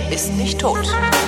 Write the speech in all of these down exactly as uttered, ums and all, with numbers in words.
ist nicht tot.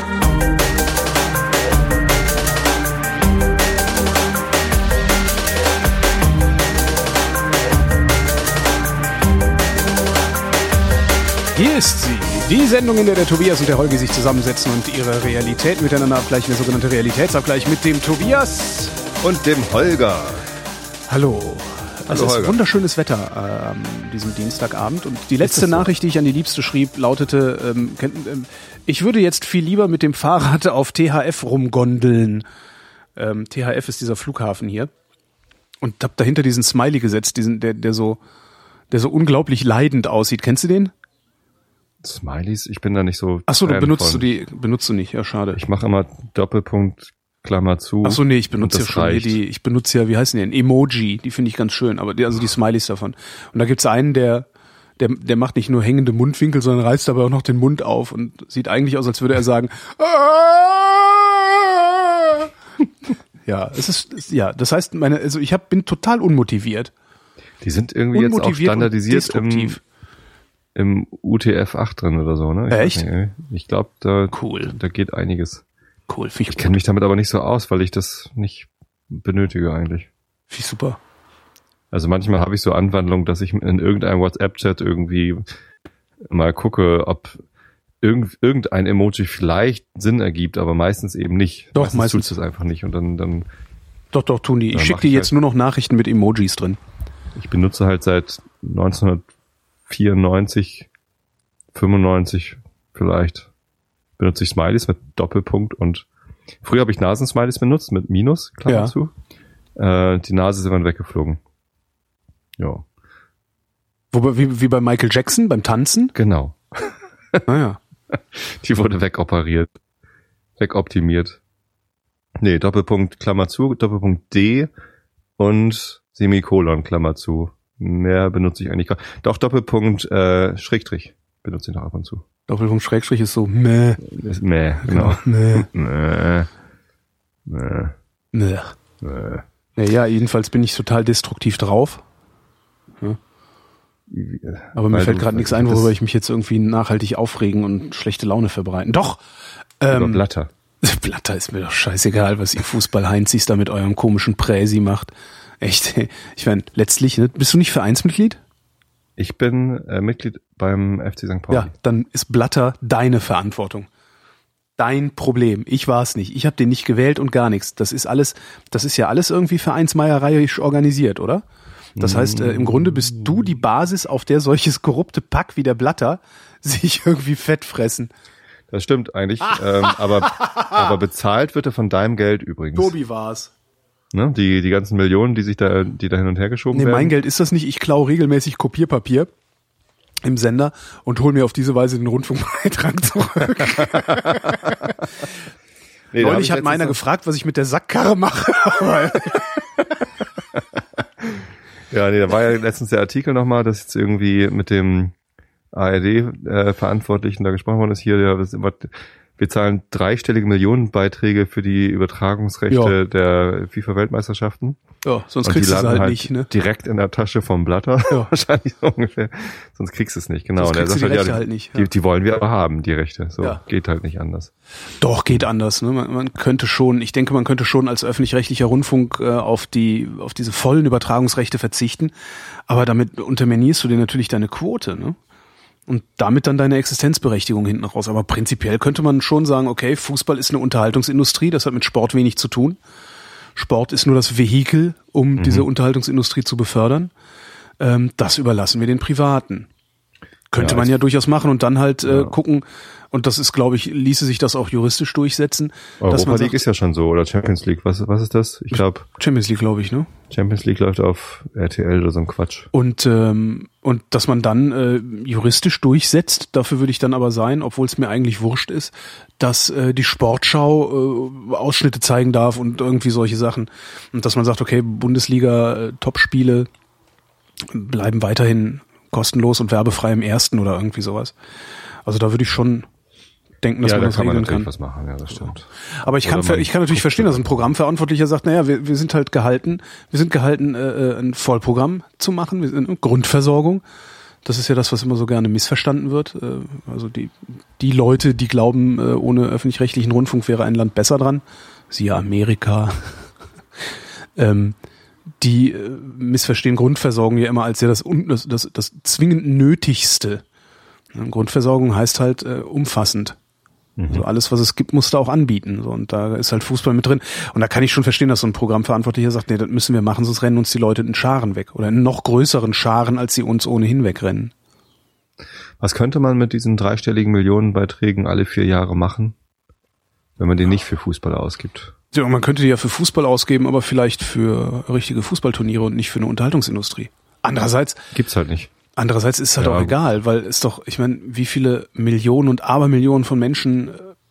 Hier ist sie, die Sendung, in der der Tobias und der Holgi sich zusammensetzen und ihre Realität miteinander abgleichen, der sogenannte Realitätsabgleich mit dem Tobias und dem Holger. Hallo. Es Hallo, ist Holger. Wunderschönes Wetter äh, an diesem Dienstagabend und die letzte Nachricht, die ich an die Liebste schrieb, lautete, ähm, kennt, ähm, ich würde jetzt viel lieber mit dem Fahrrad auf T H F rumgondeln. Ähm, T H F ist dieser Flughafen hier und hab dahinter diesen Smiley gesetzt, diesen, der, der so, der so unglaublich leidend aussieht. Kennst du den? Smileys, ich bin da nicht so. Ach so, du Fan benutzt von. du die, benutzt du nicht, ja schade. Ich mache immer Doppelpunkt, Klammer zu. Ach so, nee, ich benutze ja das schon hier reicht. die, ich benutze ja, wie heißen die denn? Emoji, die finde ich ganz schön, aber die, also die Smileys davon. Und da gibt's einen, der, der, der macht nicht nur hängende Mundwinkel, sondern reißt dabei auch noch den Mund auf und sieht eigentlich aus, als würde er sagen, Aah! Ja, es ist, ja, das heißt, meine, also ich hab, bin total unmotiviert. Die sind irgendwie jetzt auch Unmotiviert und standardisiert im, destruktiv. im U T F acht drin oder so, ne? Ich weiß Echt? nicht, ich glaube, da, Cool. da geht einiges. Cool, finde ich, Ich kenne mich damit aber nicht so aus, weil ich das nicht benötige eigentlich. Find ich super. Also manchmal habe ich so Anwandlungen, dass ich in irgendeinem WhatsApp-Chat irgendwie mal gucke, ob irgend, irgendein Emoji vielleicht Sinn ergibt, aber meistens eben nicht. Doch, meistens, meistens. tut es einfach nicht und dann, dann Doch, doch, tun die. Ich Ja, schicke mach dir ich jetzt halt. nur noch Nachrichten mit Emojis drin. ich benutze halt seit neunzehnhundertvierundneunzig, fünfundneunzig vielleicht, benutze ich Smileys mit Doppelpunkt und früher habe ich Nasensmileys benutzt mit Minus, Klammer Ja. zu. Äh, die Nase ist immer weggeflogen. Ja, Wobei, wie, wie bei Michael Jackson beim Tanzen. genau. Naja. Die wurde wegoperiert, wegoptimiert. Nee, Doppelpunkt, Klammer zu, Doppelpunkt D und Semikolon, Klammer zu. Mehr benutze ich eigentlich gar nicht. Doch, Doppelpunkt, äh, Schrägstrich benutze ich noch ab und zu. Doppelpunkt Schrägstrich ist so meh. Ist Mäh, genau. Meh. Mäh. Mäh. Meh. Mäh. Naja, jedenfalls bin ich total destruktiv drauf. Aber mir Weil fällt du- gerade nichts das- ein, worüber ich mich jetzt irgendwie nachhaltig aufregen und schlechte Laune verbreiten. Doch! Über Ähm, Blatter. Blatter ist mir doch scheißegal, was ihr Fußball-Heinzis da mit eurem komischen Präsi macht. Echt, ich meine, letztlich, ne? Bist du nicht Vereinsmitglied? Ich bin äh, Mitglied beim F C Sankt Pauli. Ja, dann ist Blatter deine Verantwortung. Dein Problem. Ich war es nicht. Ich habe den nicht gewählt und gar nichts. Das ist alles, das ist ja alles irgendwie vereinsmeiereiisch organisiert, oder? Das heißt, äh, im Grunde bist du die Basis, auf der solches korrupte Pack wie der Blatter sich irgendwie fett fressen. Das stimmt eigentlich, ähm, aber, aber bezahlt wird er von deinem Geld übrigens. Tobi war's. Ne? Die, die ganzen Millionen, die sich da, die da hin und her geschoben Nee, werden. mein Geld ist das nicht. Ich klaue regelmäßig Kopierpapier im Sender und hole mir auf diese Weise den Rundfunkbeitrag zurück. Nee, da hab Neulich hat letztens meiner noch- gefragt, was ich mit der Sackkarre mache. Ja, nee, da war ja letztens der Artikel nochmal, dass jetzt irgendwie mit dem A R D-Verantwortlichen da gesprochen worden ist. Hier, ja, das ist immer, wir zahlen dreistellige Millionenbeiträge für die Übertragungsrechte Ja. der FIFA-Weltmeisterschaften. Ja, sonst Und kriegst die du es landen halt halt nicht, ne? direkt in der Tasche vom Blatter. Ja. Wahrscheinlich so ungefähr. Sonst kriegst du es nicht, genau. Sonst Und er kriegst du sagt die halt, Rechte ja, halt nicht, Die, ja. die wollen wir aber haben, die Rechte. So, Ja. geht halt nicht anders. Doch, geht anders. Ne? Man, man könnte schon, ich denke, man könnte schon als öffentlich-rechtlicher Rundfunk äh, auf die, auf diese vollen Übertragungsrechte verzichten. Aber damit unterminierst du dir natürlich deine Quote, ne? Und damit dann deine Existenzberechtigung hinten raus. Aber prinzipiell könnte man schon sagen, okay, Fußball ist eine Unterhaltungsindustrie, das hat mit Sport wenig zu tun. Sport ist nur das Vehikel, um Mhm. diese Unterhaltungsindustrie zu befördern. Ähm, das überlassen wir den Privaten. Könnte Ja, man es- ja durchaus machen und dann halt äh, Ja. gucken, und das ist, glaube ich, ließe sich das auch juristisch durchsetzen, dass Europa man League sagt, ist ja schon so, oder Champions League, was, was ist das? Ich glaube, Champions League, glaube ich, ne? Champions League läuft auf R T L oder so ein Quatsch. Und ähm, und dass man dann äh, juristisch durchsetzt, dafür würde ich dann aber sein, obwohl es mir eigentlich wurscht ist, dass äh, die Sportschau äh, Ausschnitte zeigen darf und irgendwie solche Sachen. Und dass man sagt, okay, Bundesliga, äh, Topspiele bleiben weiterhin kostenlos und werbefrei im ersten oder irgendwie sowas. Also da würde ich schon denken, dass Ja, man da das kann man regeln natürlich kann. was machen, ja, das stimmt. Aber ich kann, Oder man ich kann natürlich guckt verstehen, dass ein halt. Programmverantwortlicher sagt, naja, wir, wir sind halt gehalten, wir sind gehalten, äh, ein Vollprogramm zu machen, wir sind Grundversorgung Das ist ja das, was immer so gerne missverstanden wird. Also die, die Leute, die glauben, ohne öffentlich-rechtlichen Rundfunk wäre ein Land besser dran, siehe Amerika, ähm, die missverstehen Grundversorgung ja immer als ja das, das, das, das zwingend Nötigste. Grundversorgung heißt halt äh, umfassend. Mhm. Also alles, was es gibt, musst du auch anbieten. So, und da ist halt Fußball mit drin. Und da kann ich schon verstehen, dass so ein Programmverantwortlicher sagt, nee, das müssen wir machen, sonst rennen uns die Leute in Scharen weg. Oder in noch größeren Scharen, als sie uns ohnehin wegrennen. Was könnte man mit diesen dreistelligen Millionenbeiträgen alle vier Jahre machen, wenn man den nicht für Fußball ausgibt? Ja, man könnte die ja für Fußball ausgeben, aber vielleicht für richtige Fußballturniere und nicht für eine Unterhaltungsindustrie. Andererseits... Gibt's halt nicht. Andererseits ist es halt ja auch egal, weil es doch, ich meine, wie viele Millionen und Abermillionen von Menschen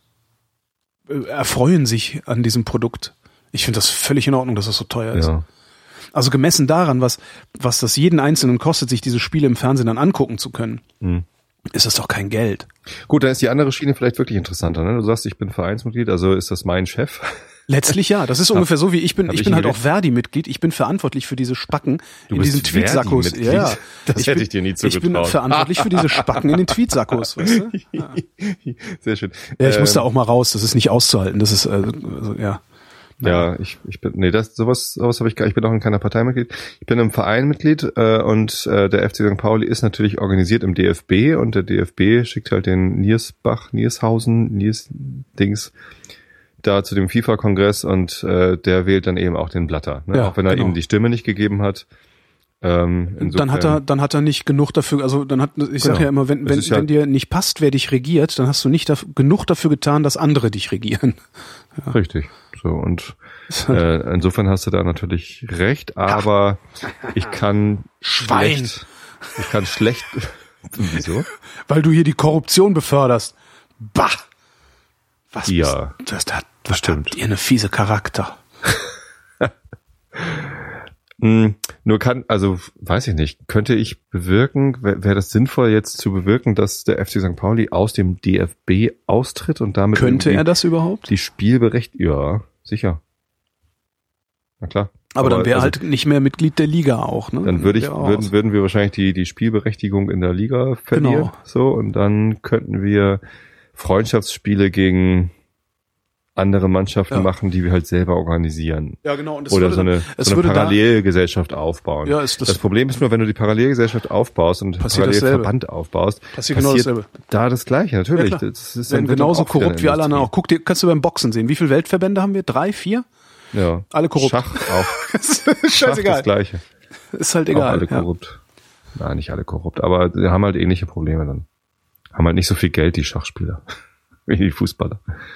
äh, erfreuen sich an diesem Produkt. Ich finde das völlig in Ordnung, dass das so teuer ist. Ja. Also gemessen daran, was was das jeden Einzelnen kostet, sich diese Spiele im Fernsehen dann angucken zu können, mhm. ist das doch kein Geld. Gut, dann ist die andere Schiene vielleicht wirklich interessanter. Ne? Du sagst, ich bin Vereinsmitglied, also ist das mein Chef? Letztlich ja, das ist hab, ungefähr so wie ich bin. Ich, ich bin halt auch Verdi-Mitglied. Ich bin verantwortlich für diese Spacken du in diesen Tweetsackos. Ja, ja. Das ich hätte bin, ich dir nie zugetraut. Ich bin verantwortlich für diese Spacken in den Tweetsackos. Weißt du? Ja. Sehr schön. Ja, ich ähm, muss da auch mal raus. Das ist nicht auszuhalten. Das ist also, also ja. Ja, ich ich bin nee, das sowas sowas habe ich gar. Ich bin auch in keiner Partei Mitglied. Ich bin im Verein Mitglied äh, und äh, der F C Sankt Pauli ist natürlich organisiert im D F B und der D F B schickt halt den Niersbach, Niershausen, Niers Dings da zu dem FIFA-Kongress und äh, der wählt dann eben auch den Blatter, ne? Ja, auch wenn er genau. ihm die Stimme nicht gegeben hat. Ähm, dann hat er, dann hat er nicht genug dafür. Also dann hat, ich genau. sage ja immer, wenn wenn, ja wenn dir nicht passt, wer dich regiert, dann hast du nicht dafür, genug dafür getan, dass andere dich regieren. Ja. Richtig. So und äh, insofern hast du da natürlich recht, aber ich kann Schwein. schlecht, ich kann schlecht. Wieso? Weil du hier die Korruption beförderst. Bah. Was ja, bist, das, das, das stimmt. Ihr eine fiese Charakter. hm, nur kann, also weiß ich nicht, könnte ich bewirken, wäre wär das sinnvoll jetzt zu bewirken, dass der F C Sankt Pauli aus dem D F B austritt und damit könnte er das überhaupt? Die Spielberechtigung, ja, sicher. Na klar. Aber, Aber dann wäre also, halt nicht mehr Mitglied der Liga auch, ne? Dann würde ich, würden, würden wir wahrscheinlich die, die Spielberechtigung in der Liga verlieren. Genau. So, und dann könnten wir Freundschaftsspiele gegen andere Mannschaften ja. machen, die wir halt selber organisieren. Ja, genau. Und es Oder würde so eine, dann, es so eine würde Parallelgesellschaft aufbauen. Ja, ist das, das Problem ist nur, wenn du die Parallelgesellschaft aufbaust und Parallelverband aufbaust, passiert, genau passiert da das Gleiche, natürlich. Ja, das ist dann genauso korrupt wie alle anderen auch. Guck dir, kannst du beim Boxen sehen, wie viele Weltverbände haben wir? Drei, vier? Ja. Alle korrupt. Schach auch. Scheißegal. Schach das Gleiche. Ist halt egal. Auch alle korrupt. Ja. Nein, nicht alle korrupt, aber die haben halt ähnliche Probleme dann. Haben halt nicht so viel Geld, die Schachspieler. Wie die Fußballer.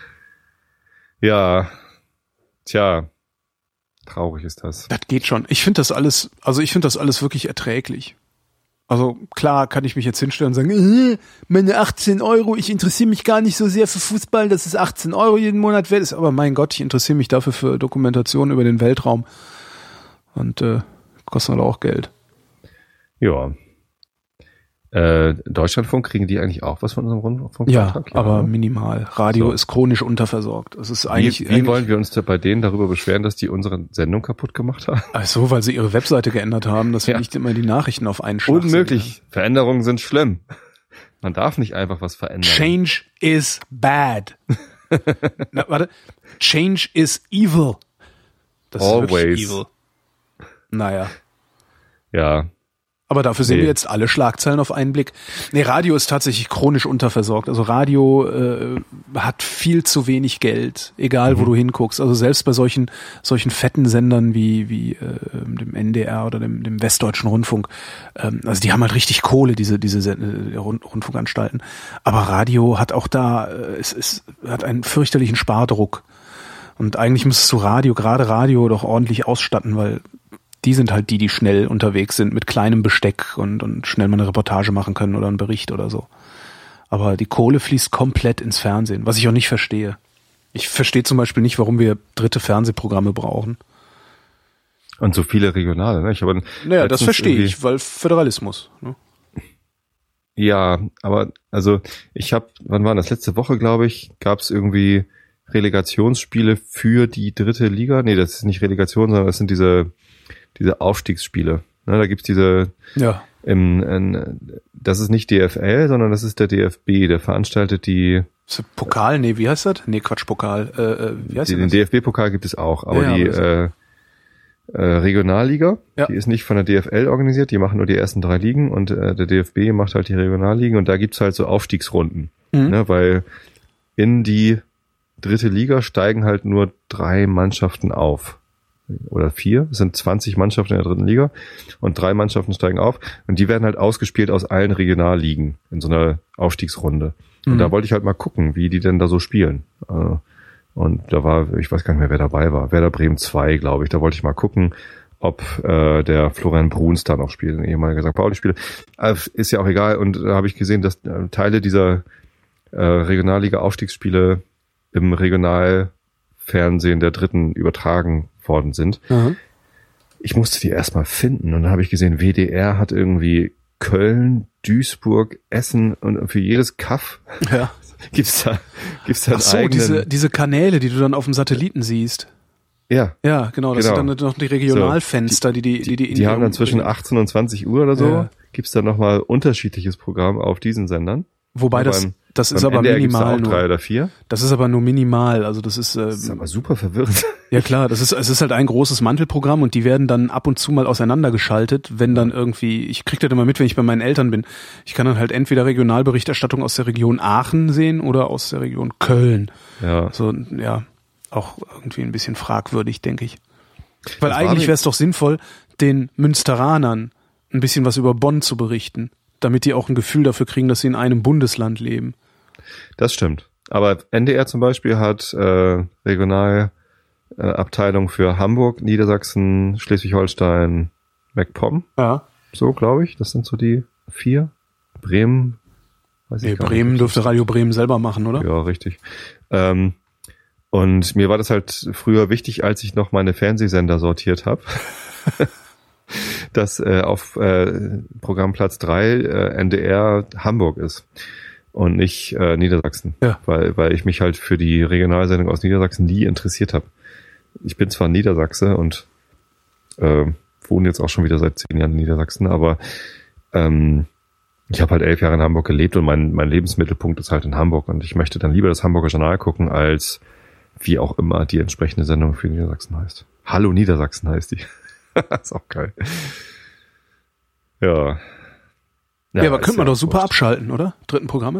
Ja, tja, traurig ist das. Das geht schon. Ich finde das alles, also ich finde das alles wirklich erträglich. Also klar kann ich mich jetzt hinstellen und sagen, äh, meine achtzehn Euro, ich interessiere mich gar nicht so sehr für Fußball, dass es achtzehn Euro jeden Monat wert ist, aber mein Gott, ich interessiere mich dafür für Dokumentationen über den Weltraum. Und äh, kostet halt auch Geld. Ja. Äh, Deutschlandfunk, kriegen die eigentlich auch was von unserem Rundfunk? Ja, ja, aber minimal. Radio so. Ist chronisch unterversorgt. Es ist eigentlich, wie wie eigentlich, wollen wir uns da bei denen darüber beschweren, dass die unsere Sendung kaputt gemacht haben? Ach so, weil sie ihre Webseite geändert haben, dass wir ja. nicht immer die Nachrichten auf einen Schlag Unmöglich. Sehen. Veränderungen sind schlimm. Man darf nicht einfach was verändern. Change is bad. Na, warte. Change is evil. Das Always. Ist wirklich evil. Naja. Ja. Aber dafür sehen nee. wir jetzt alle Schlagzeilen auf einen Blick. Nee, Radio ist tatsächlich chronisch unterversorgt. Also Radio äh, hat viel zu wenig Geld, egal mhm. wo du hinguckst. Also selbst bei solchen solchen fetten Sendern wie wie äh, dem N D R oder dem, dem Westdeutschen Rundfunk. Ähm, also die haben halt richtig Kohle, diese diese äh, Rund- Rundfunkanstalten. Aber Radio hat auch da, äh, es, es hat einen fürchterlichen Spardruck. Und eigentlich müsstest du Radio, gerade Radio, doch ordentlich ausstatten, weil die sind halt die, die schnell unterwegs sind mit kleinem Besteck und, und schnell mal eine Reportage machen können oder einen Bericht oder so. Aber die Kohle fließt komplett ins Fernsehen, was ich auch nicht verstehe. Ich verstehe zum Beispiel nicht, warum wir dritte Fernsehprogramme brauchen. Und so viele regionale, ne? Ich habe naja, das verstehe ich, weil Föderalismus. Ne? Ja, aber also ich habe, wann war das? Letzte Woche, glaube ich, gab es irgendwie Relegationsspiele für die dritte Liga. Nee, das ist nicht Relegation, sondern das sind diese diese Aufstiegsspiele. Ne, da gibt's diese ja. im, in, das ist nicht D F L, sondern das ist der D F B, der veranstaltet die... Ist das Pokal? Nee, wie heißt das? Nee, Quatsch, Pokal. Äh, wie heißt die, das? Den D F B-Pokal gibt es auch, aber ja, die aber äh, äh, Regionalliga, ja. die ist nicht von der D F L organisiert, die machen nur die ersten drei Ligen und äh, der D F B macht halt die Regionalligen und da gibt's halt so Aufstiegsrunden, mhm. ne, weil in die dritte Liga steigen halt nur drei Mannschaften auf. Oder vier, es sind zwanzig Mannschaften in der dritten Liga und drei Mannschaften steigen auf und die werden halt ausgespielt aus allen Regionalligen in so einer Aufstiegsrunde. Und mhm. da wollte ich halt mal gucken, wie die denn da so spielen. Und da war, ich weiß gar nicht mehr, wer dabei war, Werder Bremen zwei, glaube ich. Da wollte ich mal gucken, ob äh, der Florian Bruns da noch spielt, ein ehemaliger Sankt Pauli-Spieler. Ist ja auch egal. Und da habe ich gesehen, dass äh, Teile dieser äh, Regionalliga-Aufstiegsspiele im Regionalfernsehen der dritten übertragen worden sind. Mhm. Ich musste die erstmal finden und dann habe ich gesehen, W D R hat irgendwie Köln, Duisburg, Essen und für jedes Kaff ja. gibt's da gibt's da Ach so, einen eigenen, diese diese Kanäle, die du dann auf dem Satelliten siehst. Ja. Ja, genau, das genau. sind dann noch die Regionalfenster, so, die die die die, die, die haben dann zwischen achtzehn und zwanzig Uhr oder so, ja. Gibt's dann nochmal unterschiedliches Programm auf diesen Sendern. Wobei das beim, das ist aber N D R minimal auch nur. drei oder vier. Das ist aber nur minimal, also das ist. Ähm, das ist aber super verwirrend. Ja klar, das ist es ist halt ein großes Mantelprogramm und die werden dann ab und zu mal auseinandergeschaltet, wenn dann irgendwie, ich krieg das immer mit, wenn ich bei meinen Eltern bin. Ich kann dann halt entweder Regionalberichterstattung aus der Region Aachen sehen oder aus der Region Köln. Ja. So, ja, auch irgendwie ein bisschen fragwürdig, denke ich. Weil das eigentlich wäre es doch sinnvoll, den Münsteranern ein bisschen was über Bonn zu berichten, damit die auch ein Gefühl dafür kriegen, dass sie in einem Bundesland leben. Das stimmt. Aber N D R zum Beispiel hat äh, Regionalabteilung äh, für Hamburg, Niedersachsen, Schleswig-Holstein, MacPom. Ja. So, glaube ich. Das sind so die vier. Bremen. Weiß ich nee, gar Bremen nicht, dürfte Radio Bremen selber machen, oder? Ja, richtig. Ähm, und mir war das halt früher wichtig, als ich noch meine Fernsehsender sortiert habe, dass äh, auf äh, Programmplatz drei äh, N D R Hamburg ist. Und nicht äh, Niedersachsen, ja. weil weil ich mich halt für die Regionalsendung aus Niedersachsen nie interessiert habe. Ich bin zwar Niedersachse und äh, wohne jetzt auch schon wieder seit zehn Jahren in Niedersachsen, aber ähm, ich habe halt elf Jahre in Hamburg gelebt und mein mein Lebensmittelpunkt ist halt in Hamburg und ich möchte dann lieber das Hamburger Journal gucken, als wie auch immer die entsprechende Sendung für Niedersachsen heißt. Hallo Niedersachsen heißt die. Ist auch geil. Ja. Ja, ja, aber könnte man doch super wurscht. abschalten, oder? Dritten Programme?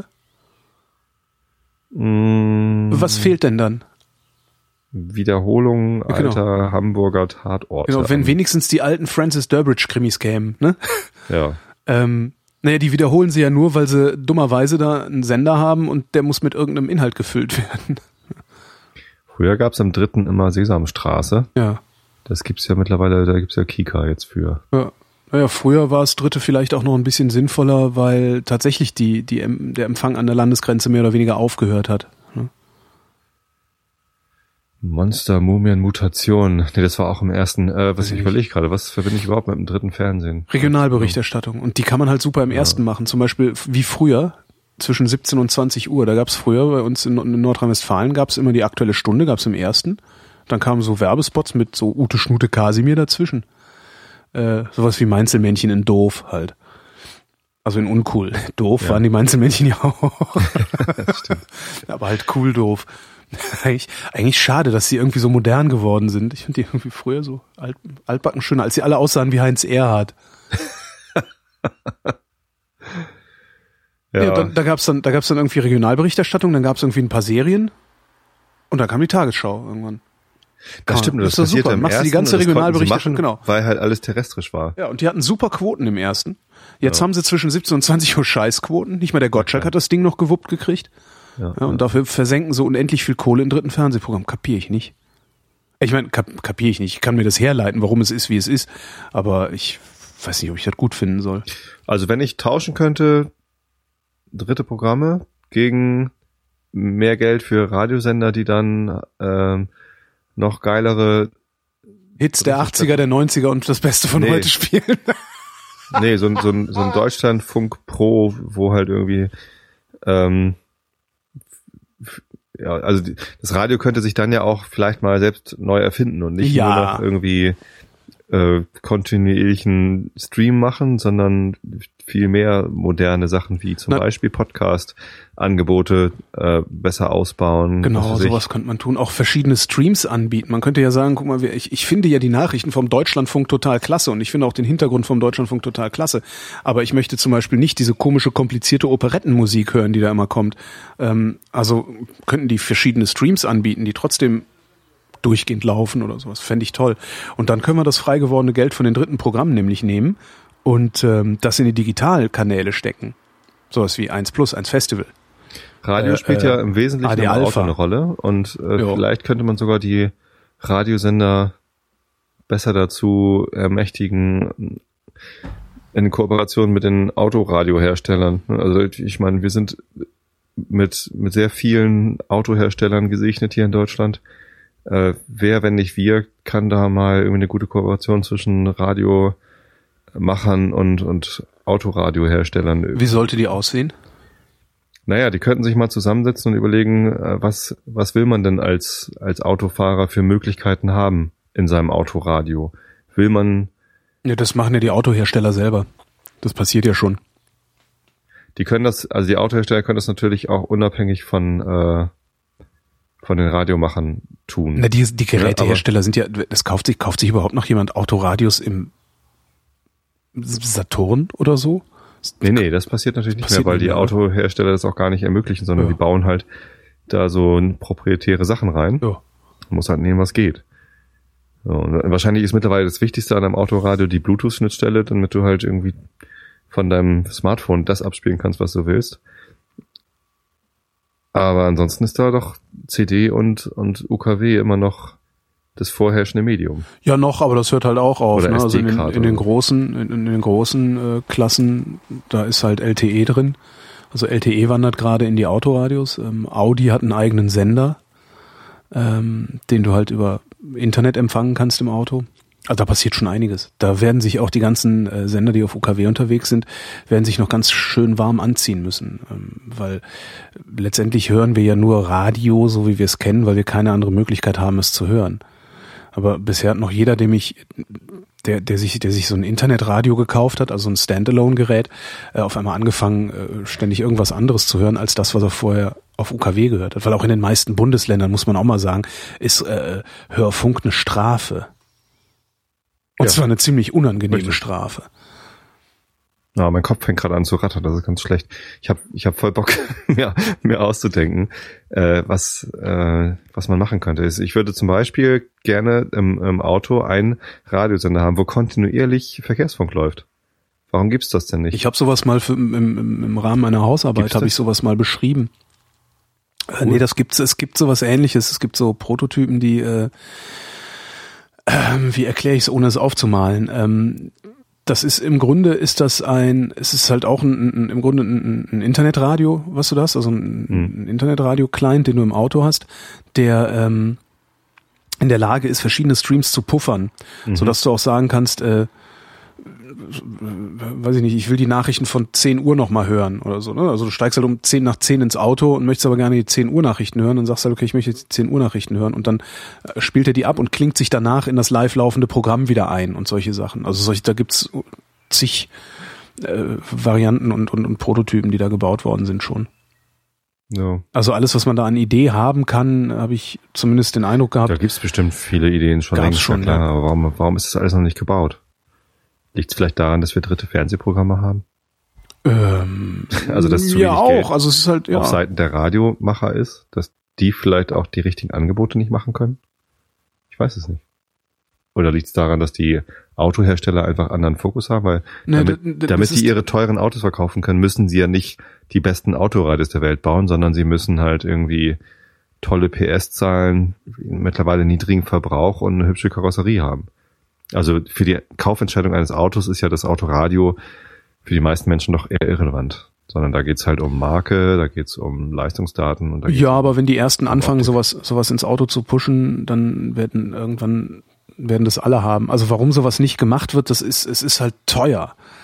Mm, Was fehlt denn dann? Wiederholung ja, genau. alter Hamburger Tatorte. Genau, wenn wenigstens die alten Francis Durbridge-Krimis kämen, ne? Ja. ähm, naja, die wiederholen sie ja nur, weil sie dummerweise da einen Sender haben und der muss mit irgendeinem Inhalt gefüllt werden. Früher gab's am dritten immer Sesamstraße. Ja. Das gibt's ja mittlerweile, da gibt's ja Kika jetzt für. Ja. Naja, früher war das dritte vielleicht auch noch ein bisschen sinnvoller, weil tatsächlich die, die, der Empfang an der Landesgrenze mehr oder weniger aufgehört hat. Ne? Monster, Mumien, Mutation. Nee, das war auch im ersten, äh, was ich überlege gerade, was verbinde ich überhaupt mit dem dritten Fernsehen? Regionalberichterstattung. Und die kann man halt super im ja. ersten machen. Zum Beispiel wie früher, zwischen siebzehn und zwanzig Uhr. Da gab's früher bei uns in, in Nordrhein-Westfalen gab's immer die Aktuelle Stunde, gab's im ersten. Dann kamen so Werbespots mit so Ute Schnute Kasimir dazwischen. Äh, sowas wie Mainzelmännchen in doof halt. Also in uncool. Doof ja. waren die Mainzelmännchen ja auch. Das stimmt. Aber halt cool doof. eigentlich, eigentlich schade, dass sie irgendwie so modern geworden sind. Ich finde die irgendwie früher so alt, altbacken schöner, als sie alle aussahen wie Heinz Erhardt. ja. ja dann, da gab's dann, da gab's dann irgendwie Regionalberichterstattung, dann gab's irgendwie ein paar Serien und dann kam die Tagesschau irgendwann. Das stimmt, das, das ist super. Im Machst du die ersten, ganze Regionalberichterstattung, genau. Weil halt alles terrestrisch war. Ja, und die hatten super Quoten im ersten. Jetzt ja. haben sie zwischen siebzehn und zwanzig Uhr Scheißquoten. Nicht mal der Gottschalk ja. hat das Ding noch gewuppt gekriegt. Ja, ja, und ja. dafür versenken sie unendlich viel Kohle im dritten Fernsehprogramm. Kapier ich nicht. Ich meine, kap kapier ich nicht. Ich kann mir das herleiten, warum es ist, wie es ist. Aber ich weiß nicht, ob ich das gut finden soll. Also wenn ich tauschen könnte, dritte Programme gegen mehr Geld für Radiosender, die dann ähm, noch geilere Hits der achtziger, der neunziger und das Beste von nee. heute spielen. Nee, so ein, so ein, so ein Deutschlandfunk Pro, wo halt irgendwie ähm, ja, also die, das Radio könnte sich dann ja auch vielleicht mal selbst neu erfinden und nicht ja. nur noch irgendwie äh, kontinuierlichen Stream machen, sondern viel mehr moderne Sachen wie zum Na, Beispiel Podcast-Angebote äh, besser ausbauen. Genau, sowas könnte man tun. Auch verschiedene Streams anbieten. Man könnte ja sagen, guck mal, ich, ich finde ja die Nachrichten vom Deutschlandfunk total klasse und ich finde auch den Hintergrund vom Deutschlandfunk total klasse. Aber ich möchte zum Beispiel nicht diese komische, komplizierte Operettenmusik hören, die da immer kommt. Ähm, also könnten die verschiedene Streams anbieten, die trotzdem durchgehend laufen oder sowas. Fände ich toll. Und dann können wir das frei gewordene Geld von den dritten Programmen nämlich nehmen und ähm, das in die Digitalkanäle stecken. Sowas wie eins Plus, eins Festival. Radio äh, spielt äh, ja im Wesentlichen im Auto eine Rolle und äh, vielleicht könnte man sogar die Radiosender besser dazu ermächtigen in Kooperation mit den Autoradioherstellern. Also ich meine, wir sind mit mit sehr vielen Autoherstellern gesegnet hier in Deutschland. Äh, wer, wenn nicht wir, kann da mal irgendwie eine gute Kooperation zwischen Radiomachern und, und Autoradioherstellern. Wie sollte die aussehen? Naja, die könnten sich mal zusammensetzen und überlegen, äh, was, was will man denn als, als Autofahrer für Möglichkeiten haben in seinem Autoradio? Will man... Ja, das machen ja die Autohersteller selber. Das passiert ja schon. Die können das, also die Autohersteller können das natürlich auch unabhängig von, äh, von den Radiomachern tun. Na, die, die Gerätehersteller ja, sind ja, das kauft sich, kauft sich überhaupt noch jemand Autoradios im Saturn oder so? Nee, nee, das passiert natürlich das nicht passiert mehr, weil die mehr, Autohersteller das auch gar nicht ermöglichen, sondern ja. die bauen halt da so proprietäre Sachen rein. Ja. Man muss halt nehmen, was geht. So, und wahrscheinlich ist mittlerweile das Wichtigste an einem Autoradio die Bluetooth-Schnittstelle, damit du halt irgendwie von deinem Smartphone das abspielen kannst, was du willst. Aber ansonsten ist da doch C D und, und U K W immer noch das vorherrschende Medium. Ja, noch, aber das hört halt auch auf. Ne? Also in den, in den großen, in, in den großen äh, Klassen, da ist halt L T E drin. Also L T E wandert gerade in die Autoradios. Ähm, Audi hat einen eigenen Sender, ähm, den du halt über Internet empfangen kannst im Auto. Also da passiert schon einiges. Da werden sich auch die ganzen äh, Sender, die auf U K W unterwegs sind, werden sich noch ganz schön warm anziehen müssen. Ähm, weil letztendlich hören wir ja nur Radio, so wie wir es kennen, weil wir keine andere Möglichkeit haben, es zu hören. Aber bisher hat noch jeder, dem ich, der, der sich, der sich so ein Internetradio gekauft hat, also ein Standalone-Gerät, äh, auf einmal angefangen, äh, ständig irgendwas anderes zu hören, als das, was er vorher auf U K W gehört hat. Weil auch in den meisten Bundesländern, muss man auch mal sagen, ist äh, Hörfunk eine Strafe. Und ja. zwar eine ziemlich unangenehme Richtig. Strafe. Ja, mein Kopf fängt gerade an zu rattern, das ist ganz schlecht. Ich habe ich hab voll Bock, mir, mir auszudenken, äh, was äh, was man machen könnte. Ich würde zum Beispiel gerne im, im Auto einen Radiosender haben, wo kontinuierlich Verkehrsfunk läuft. Warum gibt's das denn nicht? Ich habe sowas mal für, im, im, im Rahmen meiner Hausarbeit, habe ich sowas mal beschrieben. Cool. Äh, nee, das gibt's, es gibt sowas Ähnliches. Es gibt so Prototypen, die äh, wie erkläre ich es, ohne es aufzumalen? Ähm, das ist im Grunde ist das ein, es ist halt auch ein, ein, im Grunde ein, ein Internetradio, was du da hast, also ein, hm. ein Internetradio-Client, den du im Auto hast, der ähm, in der Lage ist, verschiedene Streams zu puffern, mhm. sodass du auch sagen kannst, äh, weiß ich nicht, ich will die Nachrichten von zehn Uhr nochmal hören oder so, ne? Also du steigst halt um zehn nach zehn ins Auto und möchtest aber gerne die zehn Uhr Nachrichten hören und sagst halt, okay, ich möchte jetzt die zehn Uhr Nachrichten hören und dann spielt er die ab und klingt sich danach in das live laufende Programm wieder ein und solche Sachen. Also solche, da gibt's zig äh, Varianten und, und, und Prototypen, die da gebaut worden sind schon. Ja. Also alles, was man da an Idee haben kann, habe ich zumindest den Eindruck gehabt. Da gibt's bestimmt viele Ideen schon längst, schon, klar, ja. aber warum, warum ist das alles noch nicht gebaut? Liegt es vielleicht daran, dass wir dritte Fernsehprogramme haben? Ähm, also dass zu ja wenig auch, Geld also es ist halt ja auf Seiten der Radiomacher ist, dass die vielleicht auch die richtigen Angebote nicht machen können? Ich weiß es nicht. Oder liegt es daran, dass die Autohersteller einfach anderen Fokus haben? Weil ne, damit, d- d- damit sie ihre teuren Autos verkaufen können, müssen sie ja nicht die besten Autoradios der Welt bauen, sondern sie müssen halt irgendwie tolle P S-Zahlen, mittlerweile niedrigen Verbrauch und eine hübsche Karosserie haben. Also für die Kaufentscheidung eines Autos ist ja das Autoradio für die meisten Menschen doch eher irrelevant. Sondern da geht's halt um Marke, da geht's um Leistungsdaten. Und da ja, aber wenn die ersten anfangen, sowas sowas ins Auto zu pushen, dann werden irgendwann werden das alle haben. Also warum sowas nicht gemacht wird, das ist es ist halt teuer.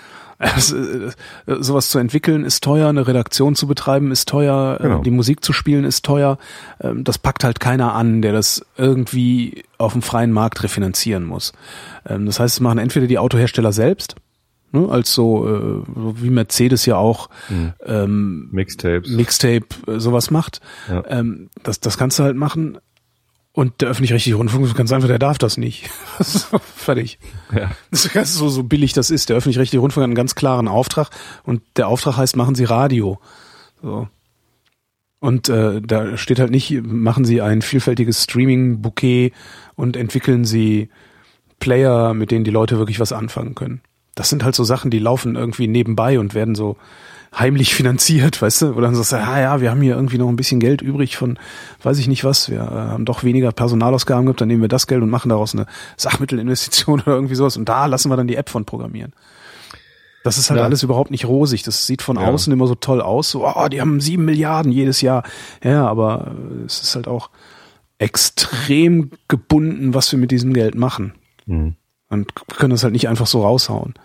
Das, das, sowas zu entwickeln ist teuer, eine Redaktion zu betreiben ist teuer, genau. Die Musik zu spielen ist teuer. Das packt halt keiner an, der das irgendwie auf dem freien Markt refinanzieren muss. Das heißt, es machen entweder die Autohersteller selbst, ne, als so, so wie Mercedes ja auch mhm. ähm, Mixtapes, Mixtape sowas macht. Ja. Ähm, das, das kannst du halt machen. Und der öffentlich-rechtliche Rundfunk, ganz einfach, der darf das nicht. Fertig. Ja. Das ist so, so billig das ist. Der öffentlich-rechtliche Rundfunk hat einen ganz klaren Auftrag und der Auftrag heißt, machen Sie Radio. So. Und äh, da steht halt nicht, machen Sie ein vielfältiges Streaming-Bouquet und entwickeln Sie Player, mit denen die Leute wirklich was anfangen können. Das sind halt so Sachen, die laufen irgendwie nebenbei und werden so heimlich finanziert, weißt du? Oder dann sagst du, ja, ja, wir haben hier irgendwie noch ein bisschen Geld übrig von, weiß ich nicht was, wir äh, haben doch weniger Personalausgaben gehabt, dann nehmen wir das Geld und machen daraus eine Sachmittelinvestition oder irgendwie sowas und da lassen wir dann die App von programmieren. Das ist halt ja. alles überhaupt nicht rosig. Das sieht von ja. außen immer so toll aus, so, oh, die haben sieben Milliarden jedes Jahr. Ja, aber es ist halt auch extrem gebunden, was wir mit diesem Geld machen. Mhm. Und können das halt nicht einfach so raushauen.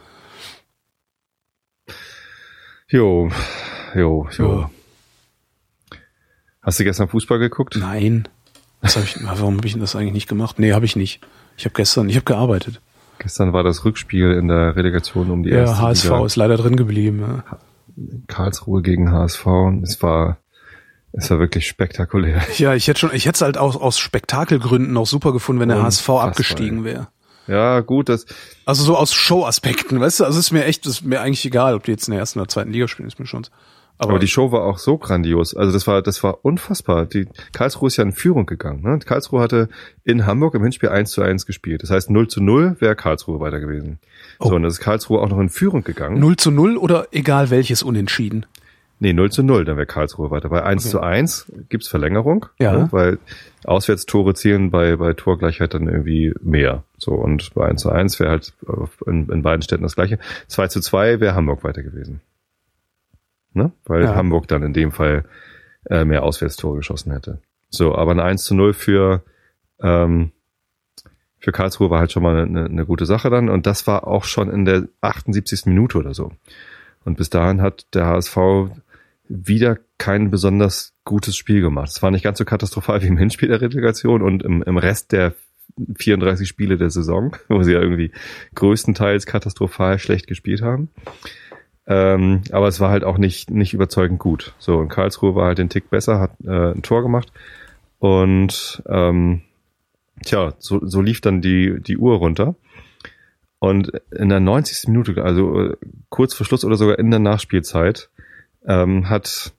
Jo, jo, jo. Hast du gestern Fußball geguckt? Nein. Was hab ich, warum habe ich denn das eigentlich nicht gemacht? Nee, habe ich nicht. Ich habe gestern, ich habe gearbeitet. Gestern war das Rückspiel in der Relegation um die ja, erste H S V Liga. Ist leider drin geblieben. Ja. Karlsruhe gegen H S V. Es war, es war wirklich spektakulär. Ja, ich hätte schon, ich hätte es halt aus, aus Spektakelgründen auch super gefunden, wenn der H S V abgestiegen wäre. Ja, gut, das. Also so aus Show-Aspekten, weißt du? Also es ist mir echt, es ist mir eigentlich egal, ob die jetzt in der ersten oder zweiten Liga spielen, ist mir schon. Aber, aber die Show war auch so grandios. Also das war, das war unfassbar. Die Karlsruhe ist ja in Führung gegangen. Ne? Karlsruhe hatte in Hamburg im Hinspiel eins zu eins gespielt. Das heißt null zu null wäre Karlsruhe weiter gewesen. Oh. So, und das ist Karlsruhe auch noch in Führung gegangen. null zu null oder egal welches Unentschieden? Nee, null zu null, dann wäre Karlsruhe weiter. Bei eins okay. zu eins gibt's Verlängerung, ja. ne? Weil Auswärtstore zählen bei bei Torgleichheit dann irgendwie mehr. So, und bei eins zu eins wäre halt in, in beiden Städten das gleiche. zwei zu zwei wäre Hamburg weiter gewesen. Ne? Weil ja. Hamburg dann in dem Fall äh, mehr Auswärtstore geschossen hätte. So, aber ein eins zu null für ähm, für Karlsruhe war halt schon mal eine, eine gute Sache dann. Und das war auch schon in der achtundsiebzigsten Minute oder so. Und bis dahin hat der H S V wieder kein besonders gutes Spiel gemacht. Es war nicht ganz so katastrophal wie im Hinspiel der Relegation und im, im Rest der vierunddreißig Spiele der Saison, wo sie ja irgendwie größtenteils katastrophal schlecht gespielt haben. Ähm, aber es war halt auch nicht nicht überzeugend gut. So, und Karlsruhe war halt den Tick besser, hat äh, ein Tor gemacht und ähm, tja, so, so lief dann die die Uhr runter. Und in der neunzigsten Minute, also äh, kurz vor Schluss oder sogar in der Nachspielzeit, ähm, hat,